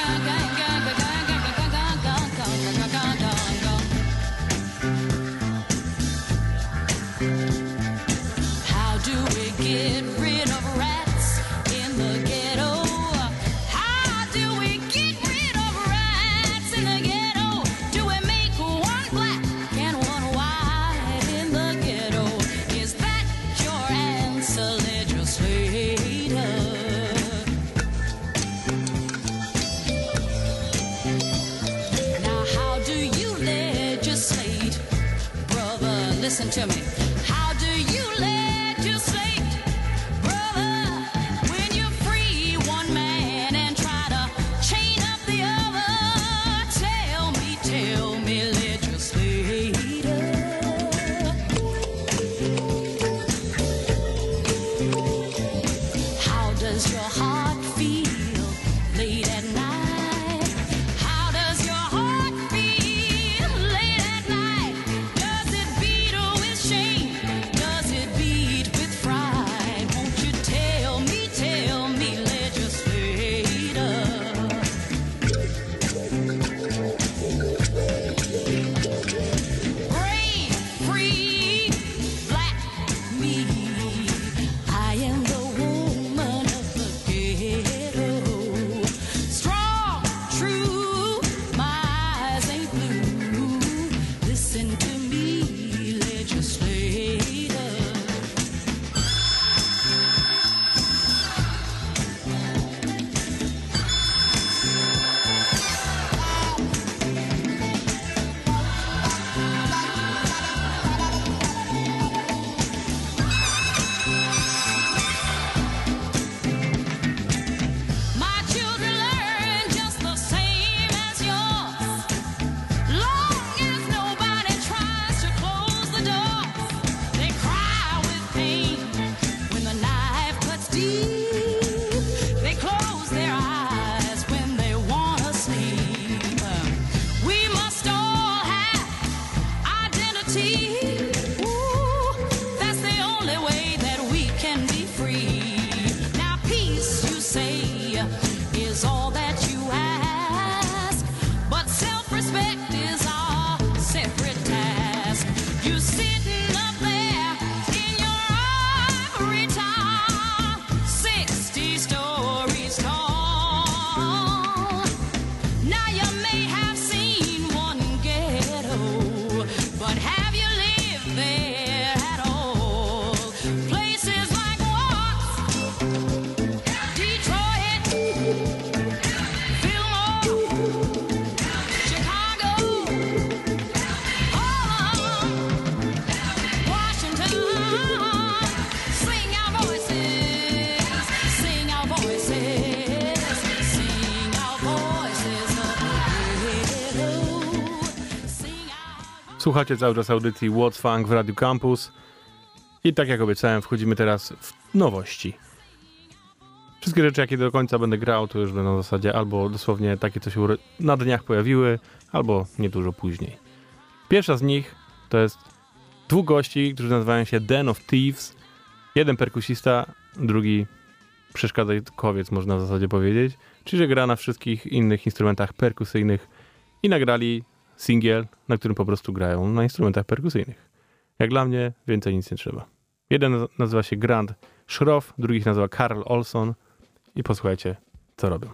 How do we get rid of rats in the ghetto? How do we get rid of rats in the ghetto? Do we make one black and one white in the ghetto? Is that your answer, legislator? Now how do you legislate? Brother, listen to me. How do you legislate, brother, when you free one man and try to chain up the other? Tell me, legislator. How does your heart feel late at night? How does your heart feel late at night? Does it beat with shame? Does it beat with pride? Won't you tell me, legislator? Brave, free, black me. I am the woman of the ghetto. Strong, true, my eyes ain't blue. Listen to me, legislator. My children learn just the same as yours. Long as nobody tries to close the door, they cry with pain when the knife cuts deep. They close their eyes when they wanna sleep. We must all have identity. Ooh, that's the only way that we can be free. Now peace, you say, is all that you ask, but self-respect is our separate task. You sitting up there in your ivory tower, 60 stories tall. Now you may have seen one ghetto, but have you lived there at all? Places like Watts, Detroit, Fillmore, Chicago, Washington. Sing our voices, sing our voices, sing our voices of the ghetto. Sing our Słuchacie cały czas audycji What's Funk w Radio Campus. I tak jak obiecałem, wchodzimy teraz w nowości. Wszystkie rzeczy, jakie do końca będę grał, to już będą w zasadzie albo dosłownie takie, co się na dniach pojawiły, albo niedużo później. Pierwsza z nich to jest dwóch gości, którzy nazywają się Den of Thieves. Jeden perkusista, drugi przeszkadajkowiec, można w zasadzie powiedzieć. Czyli, że gra na wszystkich innych instrumentach perkusyjnych i nagrali singiel, na którym po prostu grają na instrumentach perkusyjnych. Jak dla mnie więcej nic nie trzeba. Jeden nazywa się Grant Schroff, drugi się nazywa Carl Olson i posłuchajcie, co robią.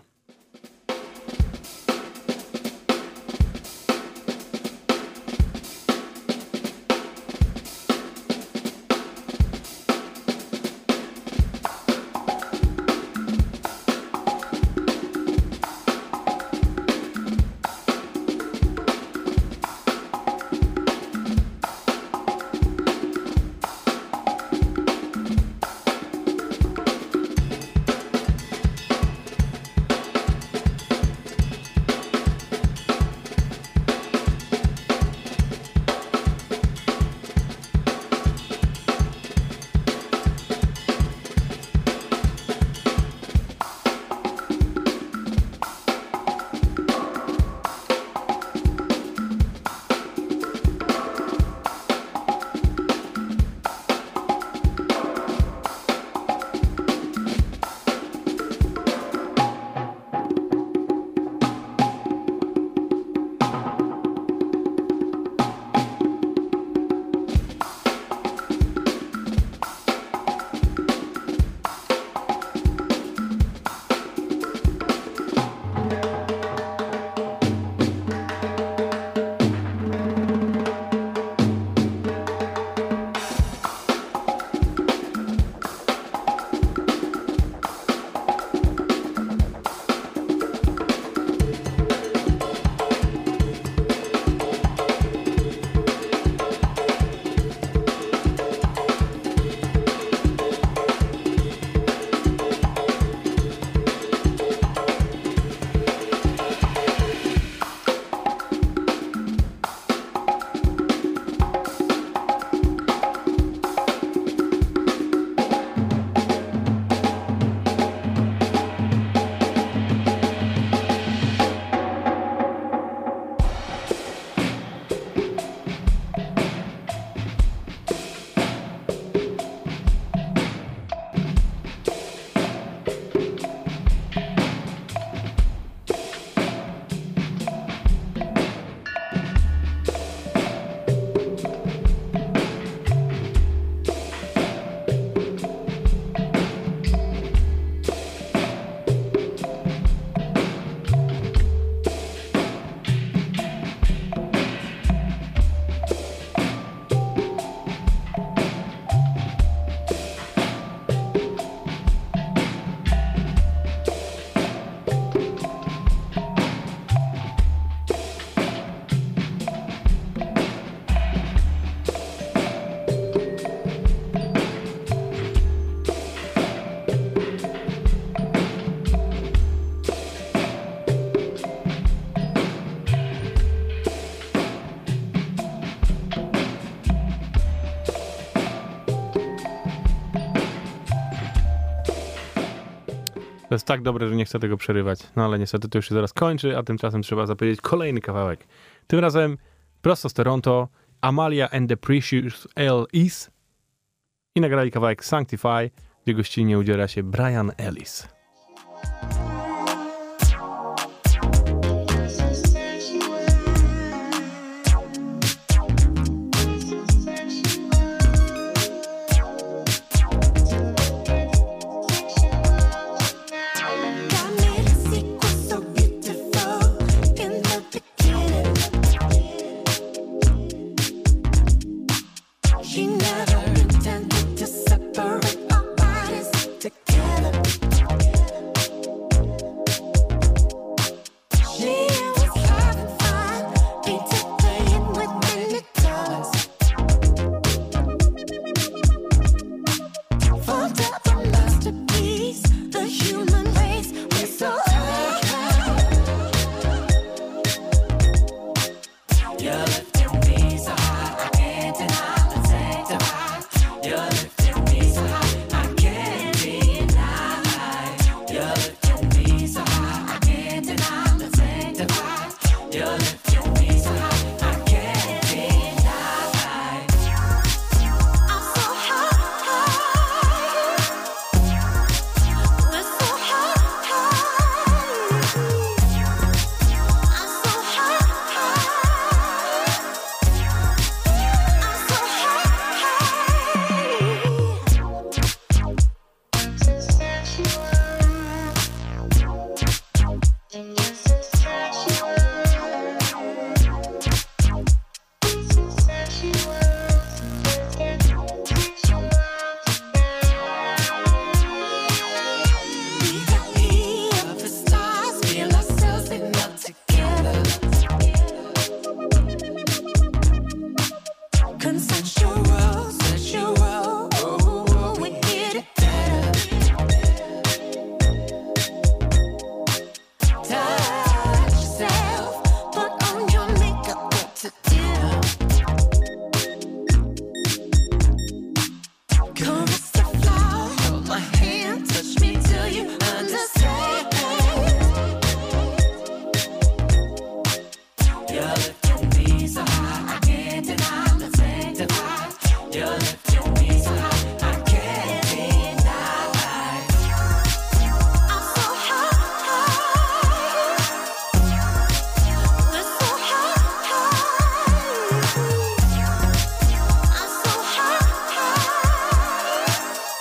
To jest tak dobre, że nie chcę tego przerywać. No ale niestety to już się zaraz kończy, a tymczasem trzeba zapowiedzieć kolejny kawałek. Tym razem prosto z Toronto, Amalia and the Precious Ellis i nagrali kawałek Sanctify, gdzie gościnnie udziela się Brian Ellis. God made a sequence so beautiful in the beginning. He never intended to separate our bodies together. She was having fun, painted playing with many colors. Formed up a masterpiece, the human race we're so high. You're lifting me so high, I can't deny the sanctify. You're lifting me so high, I can't deny. You're lifting me so high, I can't deny the sanctify. You're lifting me so high, I can't deny. I'm so high. We're so high. I'm so We could be up the stars, feel ourselves and melt together. Consensual, sensual, ooh, we get it better. Touch yourself, put on your makeup, go to dinner. Caress the flower, hold my hand, touch me till you understand. You're lifting me so high, I can't deny the sanctify. You're lifting me so high, I can't deny. I'm so high. We're so high. I'm so high.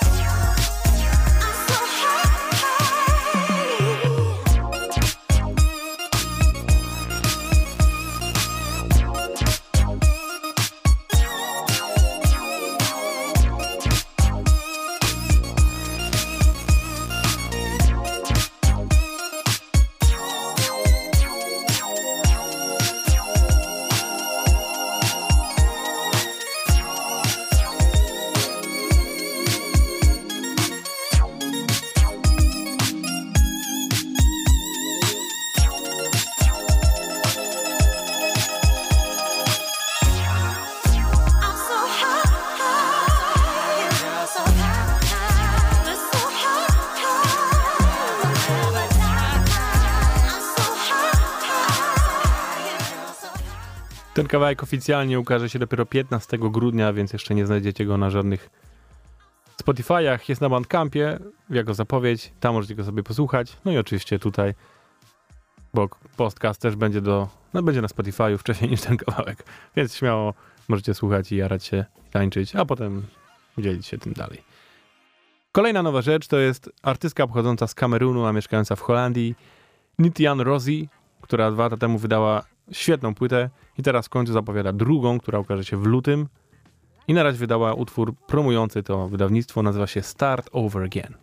Ten kawałek oficjalnie ukaże się dopiero 15 grudnia, więc jeszcze nie znajdziecie go na żadnych Spotify'ach. Jest na Bandcampie, jako zapowiedź. Tam możecie go sobie posłuchać. No i oczywiście tutaj, bo podcast też będzie będzie na Spotify'u wcześniej niż ten kawałek. Więc śmiało możecie słuchać i jarać się, tańczyć, a potem dzielić się tym dalej. Kolejna nowa rzecz to jest artystka pochodząca z Kamerunu, a mieszkająca w Holandii, Nitian Rosie, która 2 lata temu wydała świetną płytę i teraz w końcu zapowiada drugą, która ukaże się w lutym. I na razie wydała utwór promujący to wydawnictwo, nazywa się Start Over Again.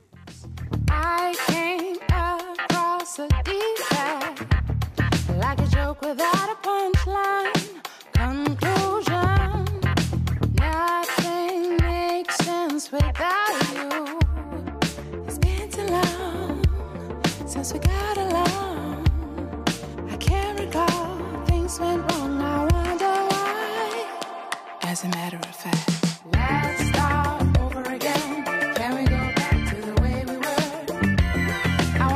I came across a defect, like a joke without a punchline. Conclusion, nothing makes sense without you. It's been too long since we got along. I can't recall things went wrong. I wonder why. As a matter of fact, let's start over again. Can we go back to the way we were? I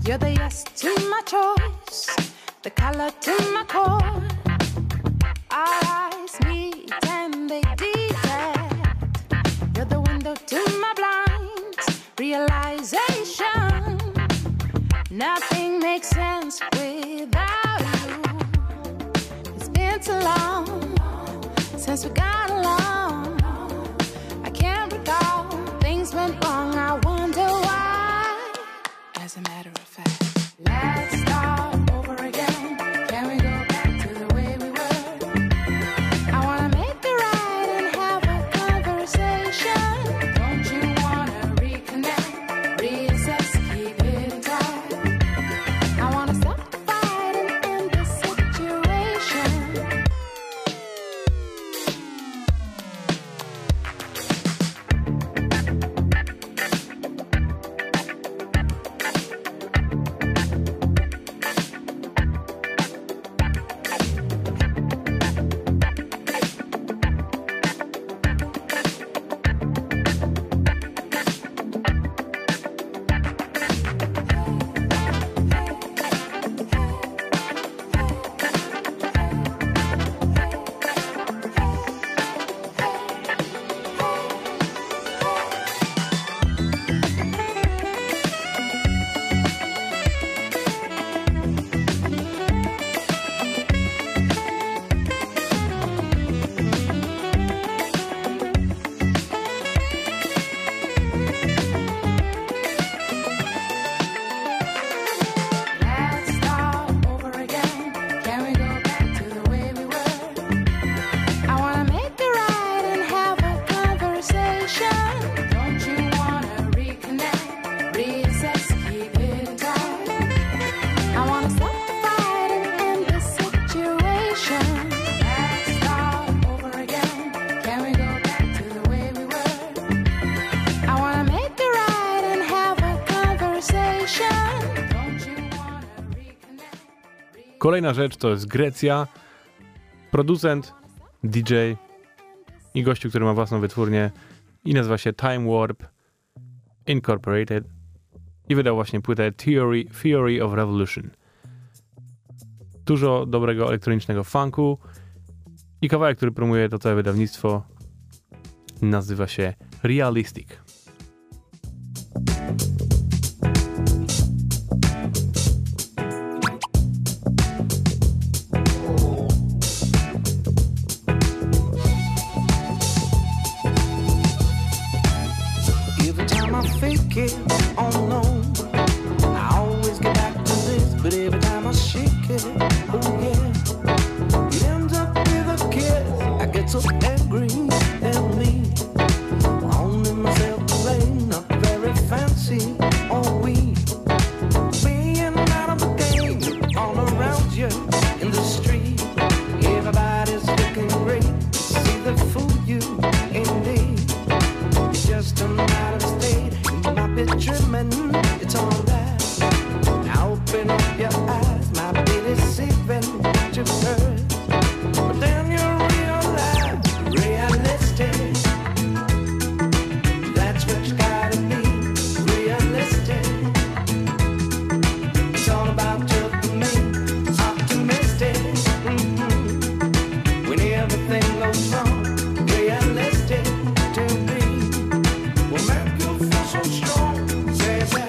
You're the yes to my choice, the color to my core. Our eyes meet and they detect. You're the window to my blinds, realization. Nothing makes sense without you. It's been too long since we got along. I can't recall things went wrong. I wonder why. As a matter of fact, let's start over again. Can we go back to the way we were? I wanna make it right and have a conversation. Don't you wanna reconnect, reassess, keep it tight? I wanna stop the fight and end the situation. Let's start over again. Can we go back to the way we were? I wanna make it right and have a conversation. Don't you wanna reconnect, reassess, keep it tight? I wanna stop the fight and end the situation. Let's start over again. Can we go back to the way we were? I wanna make it right and have a conversation. Don't you wanna reconnect? Kolejna rzecz to jest Grecja. Producent, DJ i gościu, który ma własną wytwórnię i nazywa się Time Warp Incorporated i wydał właśnie płytę Theory of Revolution. Dużo dobrego elektronicznego funku i kawałek, który promuje to całe wydawnictwo, nazywa się Realistic. Every time I fake it, oh no, I always get back to this. But every time I shake it, oh yeah, it ends up with a kiss. I get so angry and mean, only myself to blame, not very fancy or weak. Being out of the game, all around you in the street, everybody's looking great. See the fool you indeed. It's just a matter of state. You might be trimming, it's all right. Now open up your eyes, might be deceiving what you've heard. But then you realize, realistic. That's what you gotta be, realistic. It's all about just me, optimistic. When everything goes wrong, realistic to be. Will make you feel so strong, baby.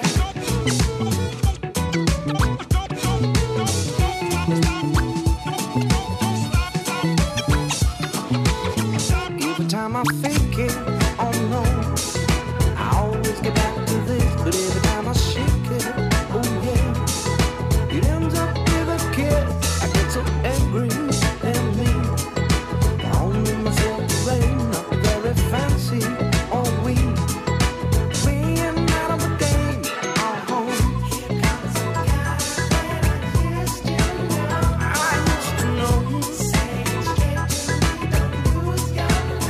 Every time I fake it, oh no, I always get back to this. But every time I shake it, oh yeah, it ends up with a kiss. I get so angry and mean, only myself to blame, not very fancy or weak. Being out of the game, I used to know.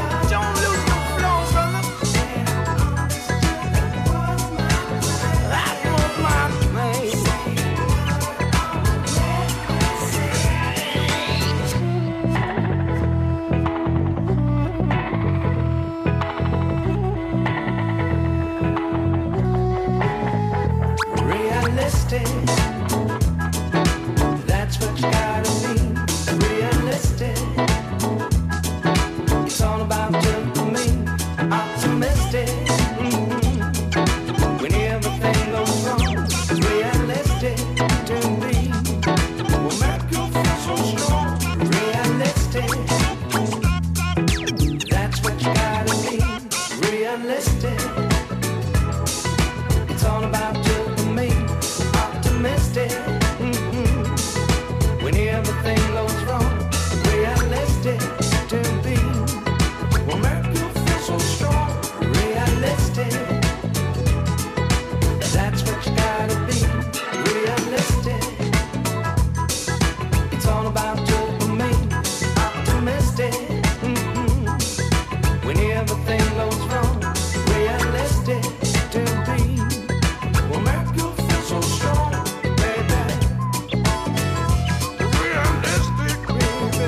Don't lose your flow, brother. realistic. That's what you gotta be, realistic. It's all about you and me, optimistic. When everything goes wrong, it's realistic to be. Will make you feel so strong, realistic. That's what you gotta be, realistic. It's all about you and me, optimistic. When everything goes wrong, realistic to be. Will make you feel so strong, realistic. That's what you gotta be, realistic. It's all about you and me, optimistic. When everything goes wrong, realistic to be. Will make you feel so strong, baby. Realistic, baby.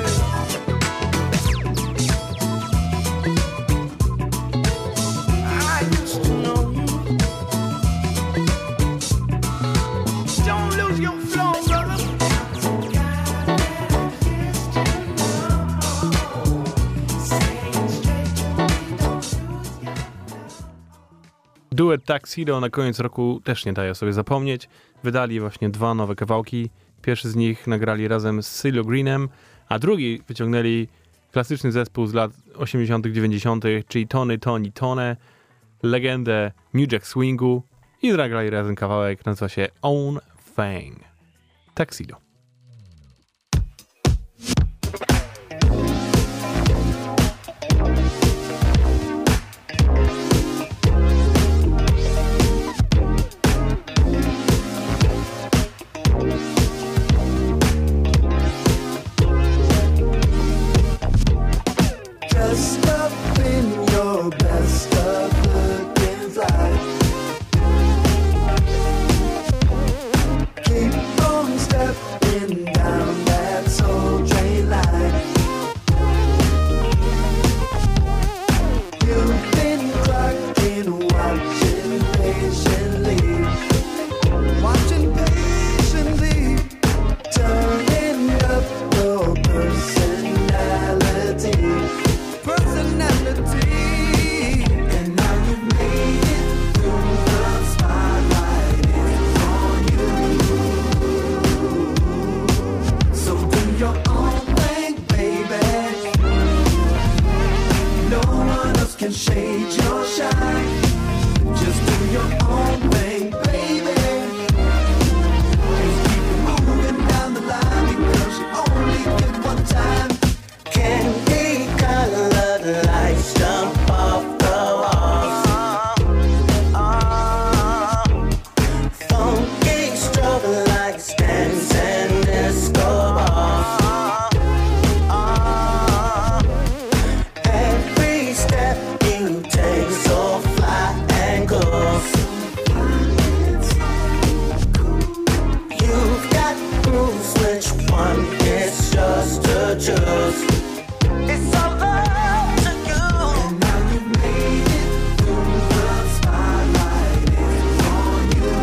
I used to know you. Don't lose your flow, brother. Duet Tuxedo na koniec roku też nie daje o sobie zapomnieć. Wydali właśnie 2 nowe kawałki. Pierwszy z nich nagrali razem z CeeLo Greenem, a drugi wyciągnęli klasyczny zespół z lat 80., 90., czyli Tony, legendę New Jack Swingu i nagrali razem kawałek, nazywa się Own Thing. Tuxedo. Dressed up in your best of looking life. Keep on stepping down that soul train line. You've been clocking, watching patiently, turning up your personality. And now you've made it through the spotlight is on you. So do your own thing, baby. No one else can shade your shine. Just do your own thing, baby. Just keep moving down the line because you only get one time. Candy colored lights jump off the walls. Funky strobe lights dancing disco balls. Every step you take so fly and cool. You've got grooves, which one is yours to choose? It's all up to you. And now you've made it through the spotlight is on you.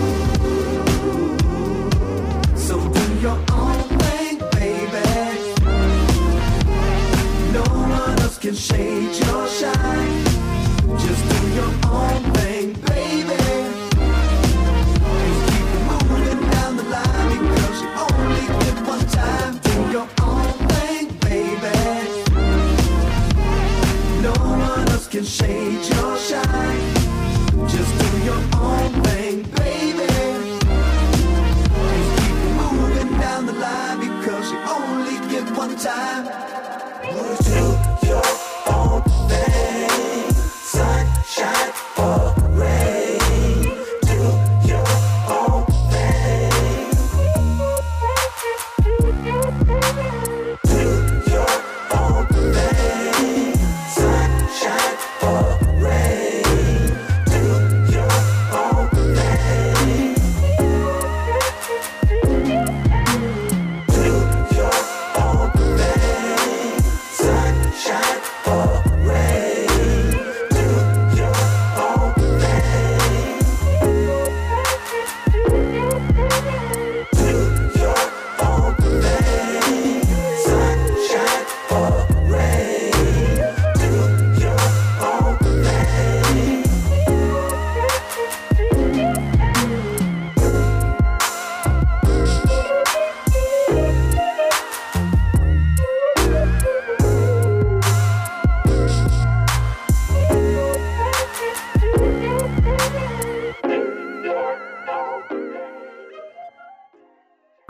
So do your own thing, baby. No one else can shade your shine. Just do your own thing, baby. Just keep moving down the line because you only get one time. Do your own thing, baby. No one else can shade your shine. Just do your own thing, baby. Just keep moving down the line because you only get one time. Do your own thing, sunshine or rain. Do your own thing. Do your own thing, sunshine or rain. Do your own thing. Do your own thing, sunshine.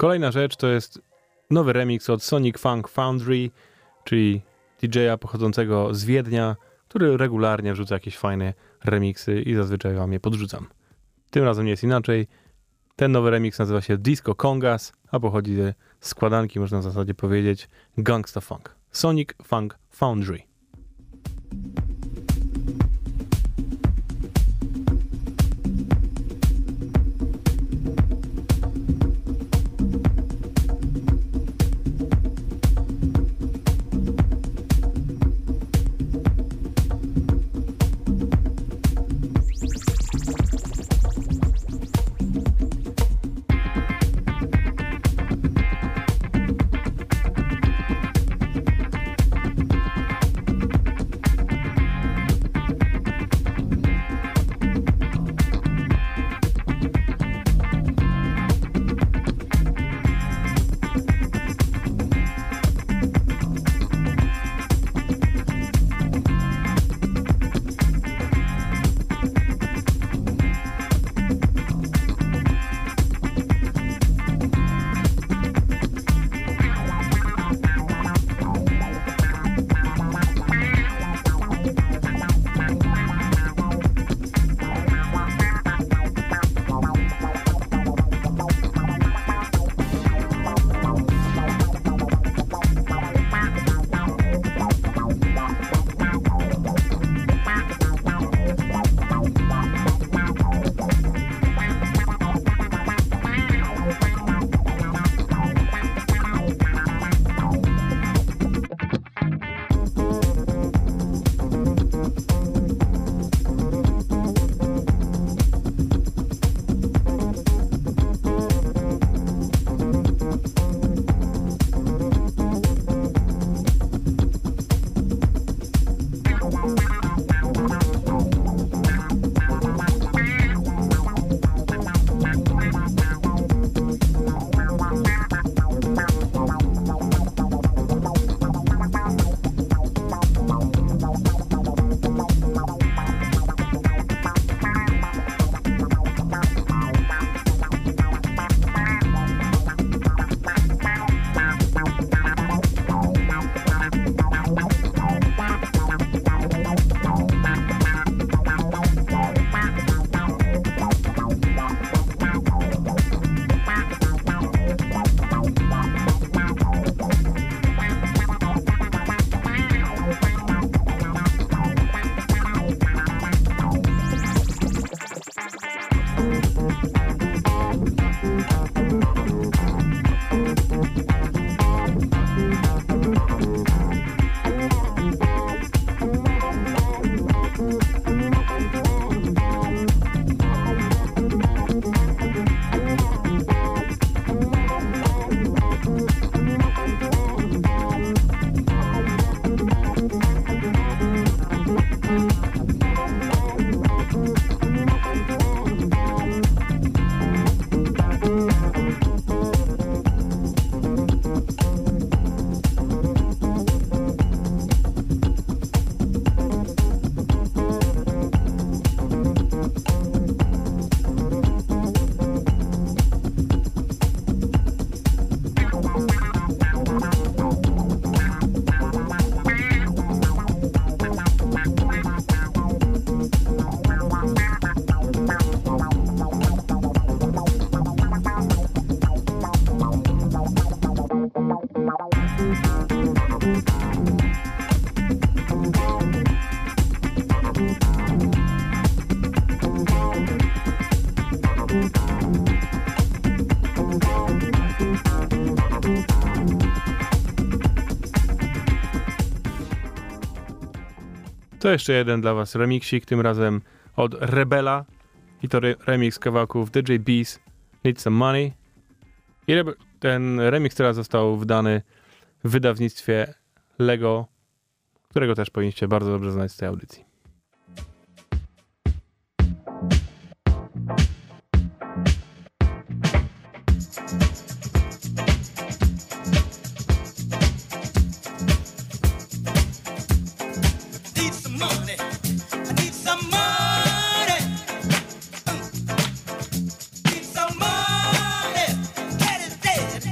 Kolejna rzecz to jest nowy remix od Sonic Funk Foundry, czyli DJ-a pochodzącego z Wiednia, który regularnie wrzuca jakieś fajne remiksy i zazwyczaj wam je podrzucam. Tym razem nie jest inaczej. Ten nowy remix nazywa się Disco Congas, a pochodzi ze składanki, można w zasadzie powiedzieć, Gangsta Funk. Sonic Funk Foundry. To jeszcze jeden dla was remiksik, tym razem od Rebela i to remix kawałków DJ Bees, Need Some Money. I ten remix teraz został wydany w wydawnictwie Lego, którego też powinniście bardzo dobrze znać z tej audycji. Dead.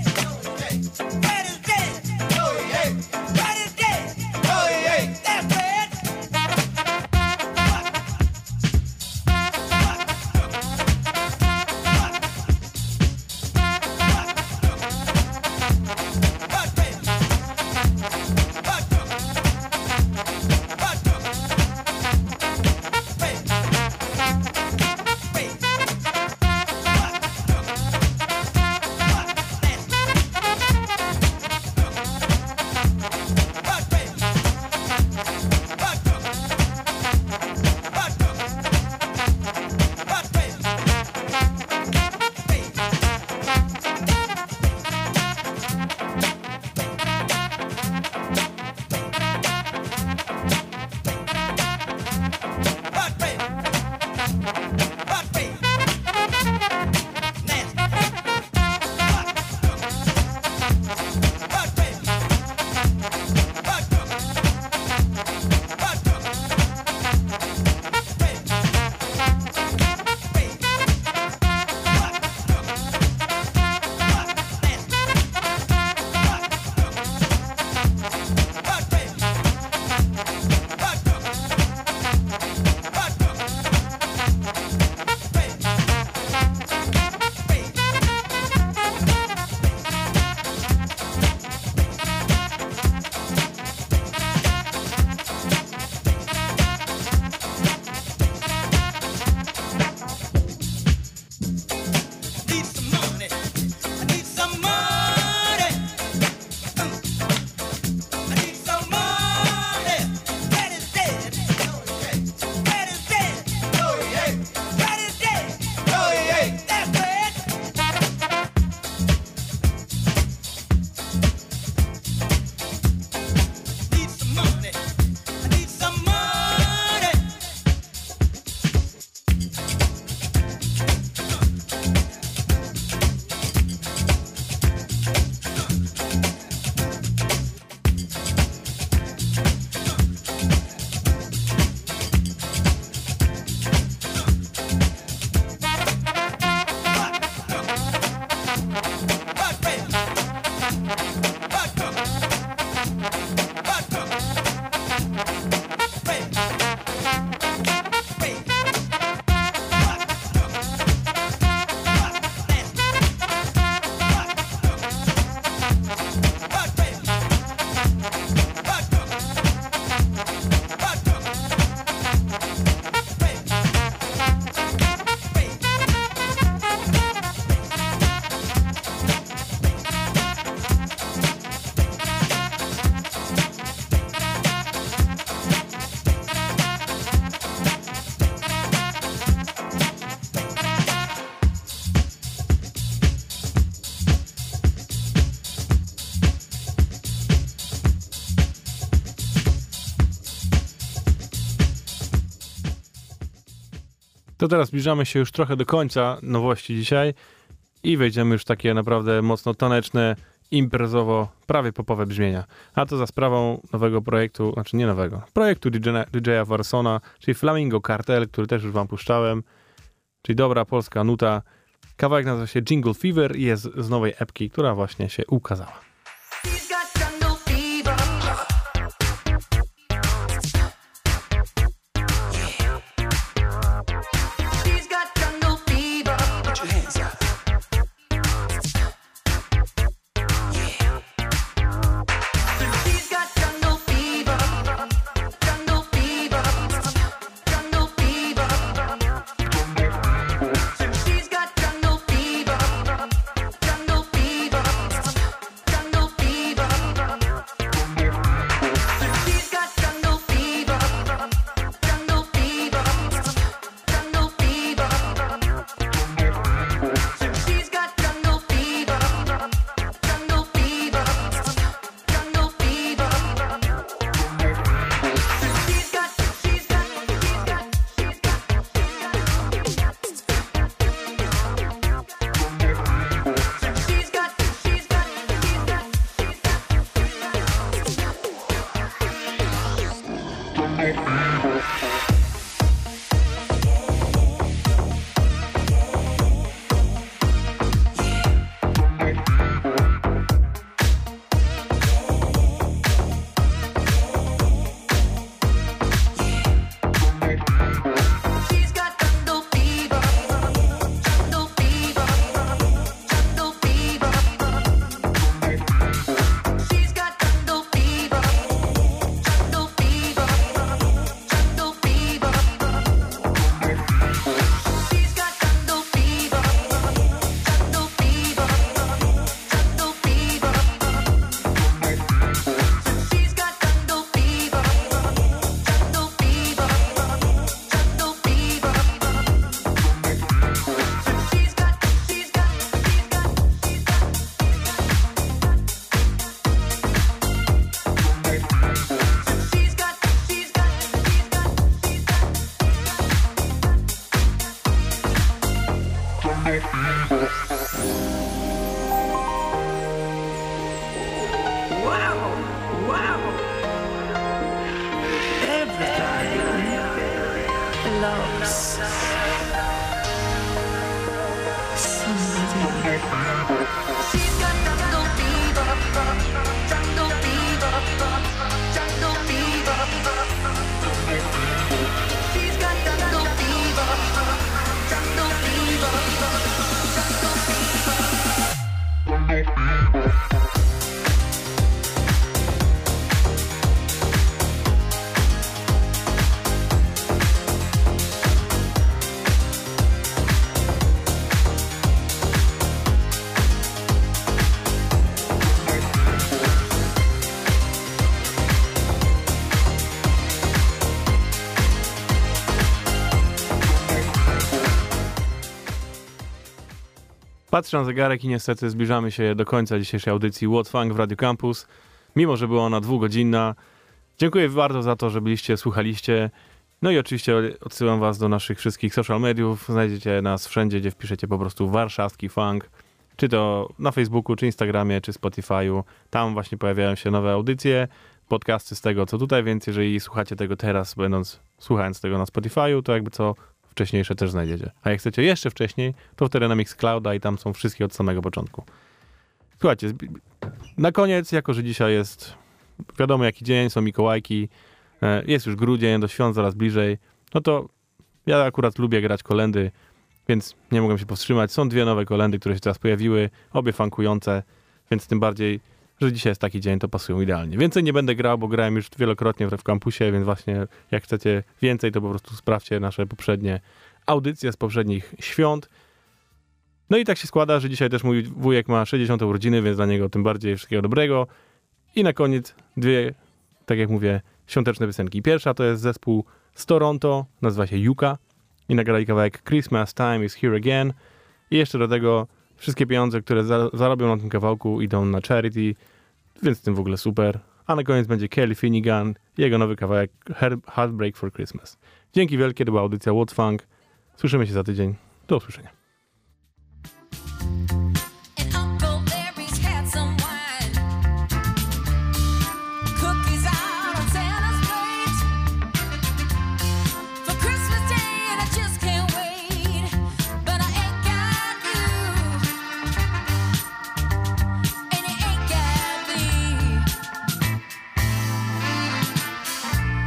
To teraz zbliżamy się już trochę do końca nowości dzisiaj i wejdziemy już w takie naprawdę mocno taneczne, imprezowo, prawie popowe brzmienia. A to za sprawą nowego projektu, znaczy nie nowego, projektu DJ-a Warsona, czyli Flamingo Cartel, który też już wam puszczałem, czyli dobra polska nuta. Kawałek nazywa się Jingle Fever i jest z nowej epki, która właśnie się ukazała. She's got jungle fever. She's got jungle fever. Put your hands up. She's got jungle fever. Jungle fever. Jungle fever. She's got jungle fever. Jungle fever. Jungle fever. She's got jungle fever. Jungle fever. Jungle fever. She's got jungle fever. Jungle fever. Jungle fever. She's got jungle fever. Jungle fever. Jungle fever. She's got jungle fever. Jungle fever. Jungle fever. She's got jungle fever. Jungle fever. Jungle fever. She's got jungle fever. Jungle fever. Jungle fever. She's got jungle fever. Jungle fever. Jungle fever. She's got jungle fever. Jungle fever. Jungle fever. Patrzę na zegarek i niestety zbliżamy się do końca dzisiejszej audycji What Funk w Radio Campus, mimo że była ona 2-godzinna. Dziękuję bardzo za to, że byliście, słuchaliście. No i oczywiście odsyłam was do naszych wszystkich social mediów. Znajdziecie nas wszędzie, gdzie wpiszecie po prostu warszawski funk, czy to na Facebooku, czy Instagramie, czy Spotify'u. Tam właśnie pojawiają się nowe audycje, podcasty z tego, co tutaj, więc jeżeli słuchacie tego teraz, słuchając tego na Spotify'u, to jakby co wcześniejsze też znajdziecie. A jak chcecie jeszcze wcześniej, to wtedy na Mixclouda i tam są wszystkie od samego początku. Słuchajcie, na koniec, jako że dzisiaj jest wiadomo jaki dzień, są Mikołajki, jest już grudzień, do świąt zaraz bliżej, no to ja akurat lubię grać kolędy, więc nie mogłem się powstrzymać. Są 2 nowe kolędy, które się teraz pojawiły, obie funkujące, więc tym bardziej, że dzisiaj jest taki dzień, to pasują idealnie. Więcej nie będę grał, bo grałem już wielokrotnie w kampusie, więc właśnie jak chcecie więcej, to po prostu sprawdźcie nasze poprzednie audycje z poprzednich świąt. No i tak się składa, że dzisiaj też mój wujek ma 60. urodziny, więc dla niego tym bardziej wszystkiego dobrego. I na koniec 2, tak jak mówię, świąteczne piosenki. Pierwsza to jest zespół z Toronto, nazywa się Yuka i nagrali kawałek Christmas Time is Here Again. I jeszcze do tego wszystkie pieniądze, które zarobią na tym kawałku, idą na charity, więc tym w ogóle super. A na koniec będzie Kelly Finnegan i jego nowy kawałek Heartbreak for Christmas. Dzięki wielkie, to była audycja What Funk. Słyszymy się za tydzień. Do usłyszenia. And Uncle Larry's had some wine. Cookies out on Santa's plate for Christmas Day, and I just can't wait. But I ain't got you, and you ain't got me.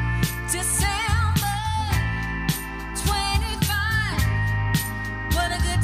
December 25, what a good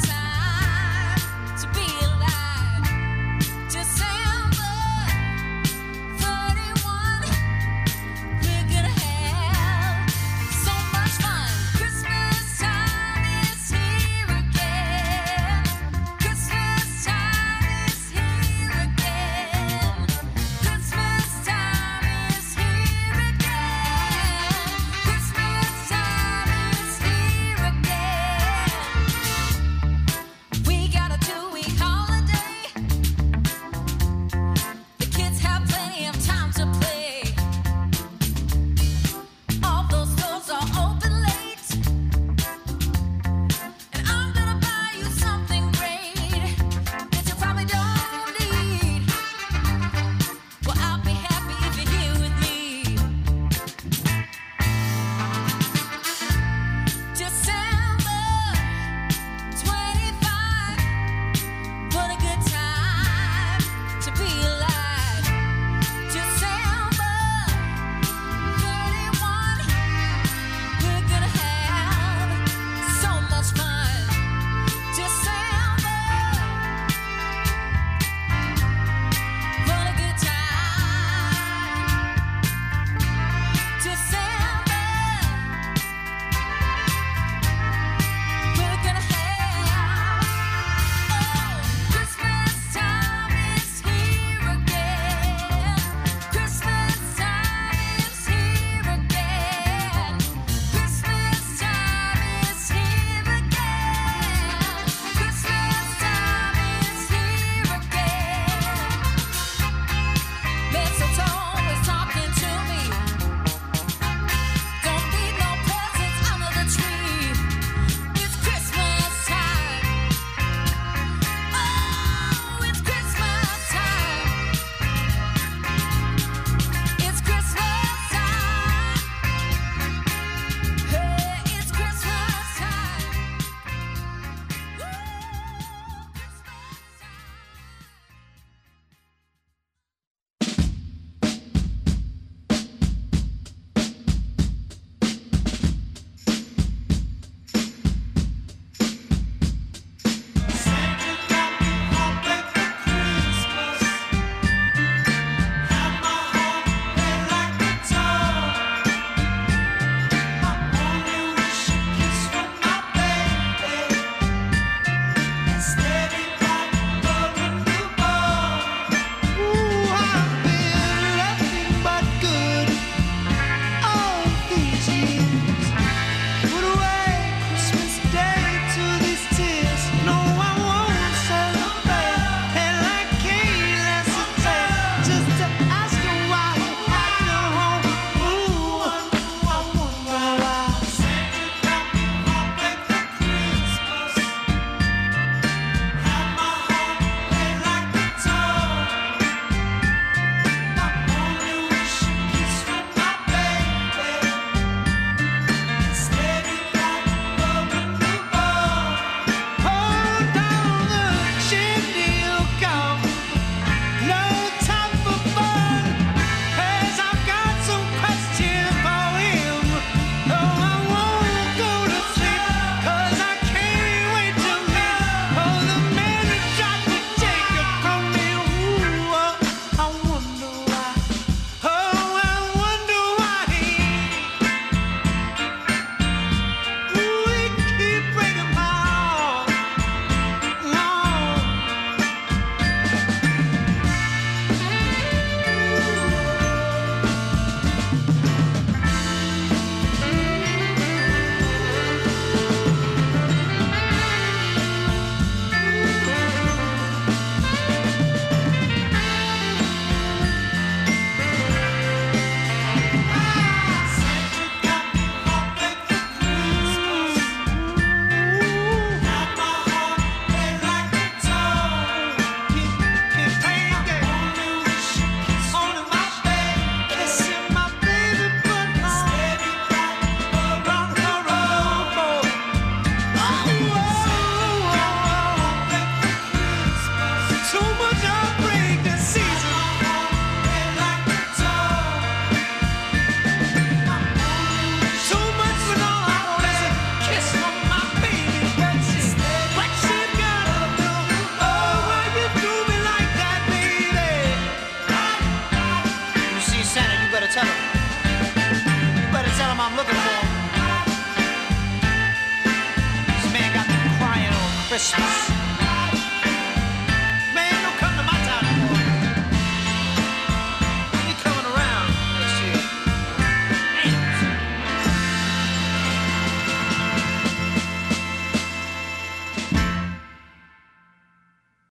Christmas.